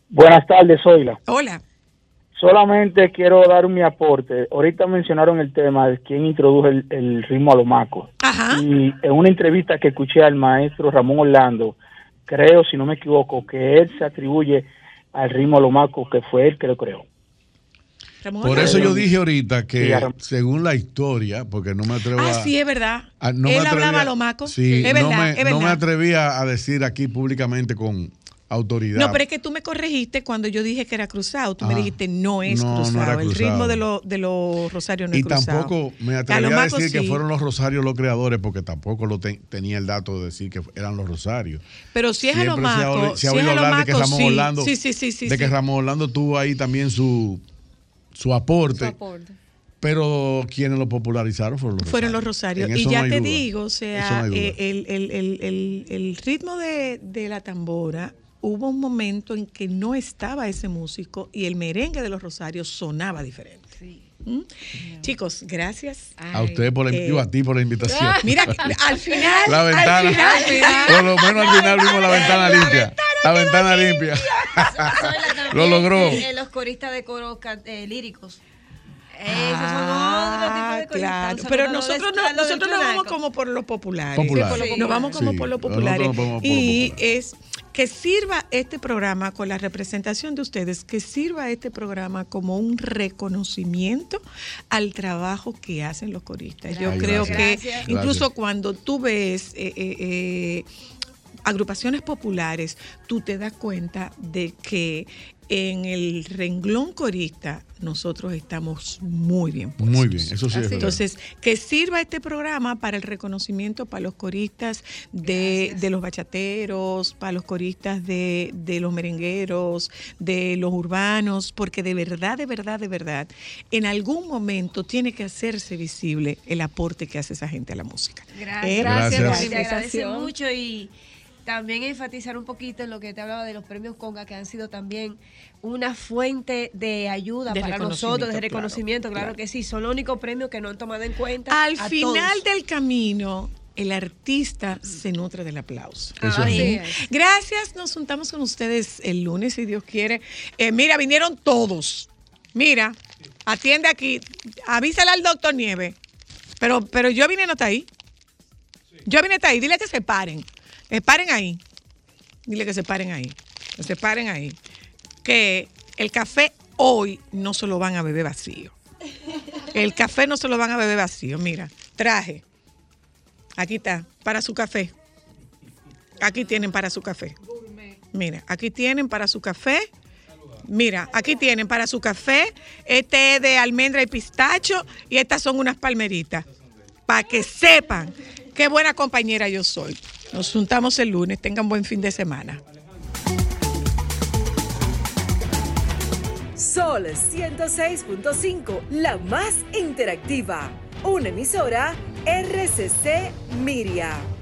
Speaker 17: Buenas tardes, Zoila.
Speaker 2: Hola.
Speaker 17: Solamente quiero dar mi aporte. Ahorita mencionaron el tema de quién introdujo el, el ritmo a lo maco.
Speaker 2: Ajá.
Speaker 17: Y en una entrevista que escuché al maestro Ramón Orlando, creo, si no me equivoco, que él se atribuye al ritmo a lo maco, que fue él que lo creó.
Speaker 13: Por eso yo dije ahorita que según la historia, porque no me atrevo a...
Speaker 2: Ah, sí, es verdad.
Speaker 13: a- no me
Speaker 2: Él
Speaker 13: atrevía-
Speaker 2: hablaba a lo maco.
Speaker 13: Sí,
Speaker 2: es
Speaker 13: no
Speaker 2: verdad,
Speaker 13: me,
Speaker 2: es verdad.
Speaker 13: no me atrevía a decir aquí públicamente con autoridad.
Speaker 2: No, pero es que tú me corregiste cuando yo dije que era cruzado. Tú me
Speaker 13: Ah,
Speaker 2: dijiste no es
Speaker 13: no, no
Speaker 2: cruzado.
Speaker 13: era
Speaker 2: El
Speaker 13: cruzado.
Speaker 2: ritmo de los de los Rosarios no
Speaker 13: Y
Speaker 2: es cruzado.
Speaker 13: tampoco me
Speaker 2: A
Speaker 13: atreví
Speaker 2: los
Speaker 13: a
Speaker 2: macos
Speaker 13: decir que
Speaker 2: sí.
Speaker 13: fueron los Rosarios los creadores, porque tampoco lo te- tenía el dato de decir que eran los Rosarios.
Speaker 2: Pero si es a los
Speaker 13: Siempre se ha
Speaker 2: macos,
Speaker 13: oí- se ha
Speaker 2: si es
Speaker 13: oído
Speaker 2: a los
Speaker 13: hablar de que
Speaker 2: macos,
Speaker 13: Ramón
Speaker 2: sí.
Speaker 13: Orlando,
Speaker 2: Sí, sí, sí, sí,
Speaker 13: de que
Speaker 2: sí.
Speaker 13: Ramón Orlando tuvo ahí también su, su aporte. Pero quienes lo popularizaron fueron los
Speaker 2: Fueron
Speaker 13: Rosarios.
Speaker 2: los Rosarios.
Speaker 13: En
Speaker 2: Y
Speaker 13: eso
Speaker 2: ya
Speaker 13: no hay
Speaker 2: te
Speaker 13: duda.
Speaker 2: digo, o
Speaker 13: Eso
Speaker 2: sea,
Speaker 13: no hay duda.
Speaker 2: eh, el, el- el- el- el ritmo de, de la tambora, hubo un momento en que no estaba ese músico y el merengue de los Rosarios sonaba diferente. ¿Mm? Chicos, gracias.
Speaker 13: A usted por la,
Speaker 2: Eh,
Speaker 13: digo, a ti por la invitación.
Speaker 2: Mira, al final,
Speaker 13: La ventana.
Speaker 2: al final, al final.
Speaker 13: Por lo menos al final vimos la ventana limpia. La ventana limpia. Lo logró.
Speaker 14: Eh, los coristas de coro can- eh, líricos. Esos son otro tipo de coristas.
Speaker 2: Claro,
Speaker 14: Un
Speaker 2: pero
Speaker 14: saludo
Speaker 2: nosotros
Speaker 14: de-
Speaker 2: no,
Speaker 14: a los
Speaker 2: nosotros
Speaker 14: del
Speaker 2: nos vamos
Speaker 14: Chunaco.
Speaker 2: como por lo popular.
Speaker 13: Popular.
Speaker 2: Sí,
Speaker 13: Sí.
Speaker 2: nos vamos como
Speaker 13: Sí,
Speaker 2: por lo
Speaker 13: nosotros
Speaker 2: popular.
Speaker 13: nos vamos por lo
Speaker 2: Y
Speaker 13: popular.
Speaker 2: es que sirva este programa con la representación de ustedes, que sirva este programa como un reconocimiento al trabajo que hacen los coristas. Yo
Speaker 19: Gracias.
Speaker 2: creo
Speaker 19: Gracias.
Speaker 2: que
Speaker 19: Gracias.
Speaker 2: incluso cuando tú ves eh, eh, eh, agrupaciones populares, tú te das cuenta de que en el renglón corista nosotros estamos muy bien puestos.
Speaker 13: Muy bien, eso sí es verdad.
Speaker 2: Entonces, que sirva este programa para el reconocimiento para los coristas de, de los bachateros, para los coristas de, de los merengueros, de los urbanos, porque de verdad, de verdad, de verdad, en algún momento tiene que hacerse visible el aporte que hace esa gente a la música.
Speaker 14: Gracias,
Speaker 2: ¿Eh?
Speaker 14: gracias,
Speaker 2: Gracias.
Speaker 14: te agradece mucho y también enfatizar un poquito en lo que te hablaba de los premios Conga, que han sido también una fuente de ayuda
Speaker 2: De
Speaker 14: para
Speaker 2: reconocimiento,
Speaker 14: nosotros, de
Speaker 2: claro,
Speaker 14: reconocimiento, claro,
Speaker 2: claro.
Speaker 14: que sí, son los únicos premios que no han tomado en cuenta.
Speaker 2: Al
Speaker 14: a
Speaker 2: final
Speaker 14: todos.
Speaker 2: del camino, el artista se nutre del aplauso.
Speaker 14: Eso es.
Speaker 2: Amén.
Speaker 14: Así es.
Speaker 2: Gracias, nos juntamos con ustedes el lunes, si Dios quiere. Eh, mira, vinieron todos. Mira, atiende aquí, avísale al doctor Nieves. Pero, pero yo vine no está ahí. Yo vine está ahí, dile que se paren. Eh, paren ahí. Dile que se paren ahí. Que se paren ahí. Que el café hoy no se lo van a beber vacío. El café no se lo van a beber vacío. Mira, traje. Aquí está, para su café. Aquí tienen para su café. Mira, aquí tienen para su café. Mira, aquí tienen para su café. Este es de almendra y pistacho y estas son unas palmeritas. Para que sepan qué buena compañera yo soy. Nos juntamos el lunes. Tengan buen fin de semana.
Speaker 19: Sol ciento seis punto cinco, la más interactiva. Una emisora R C C Miria.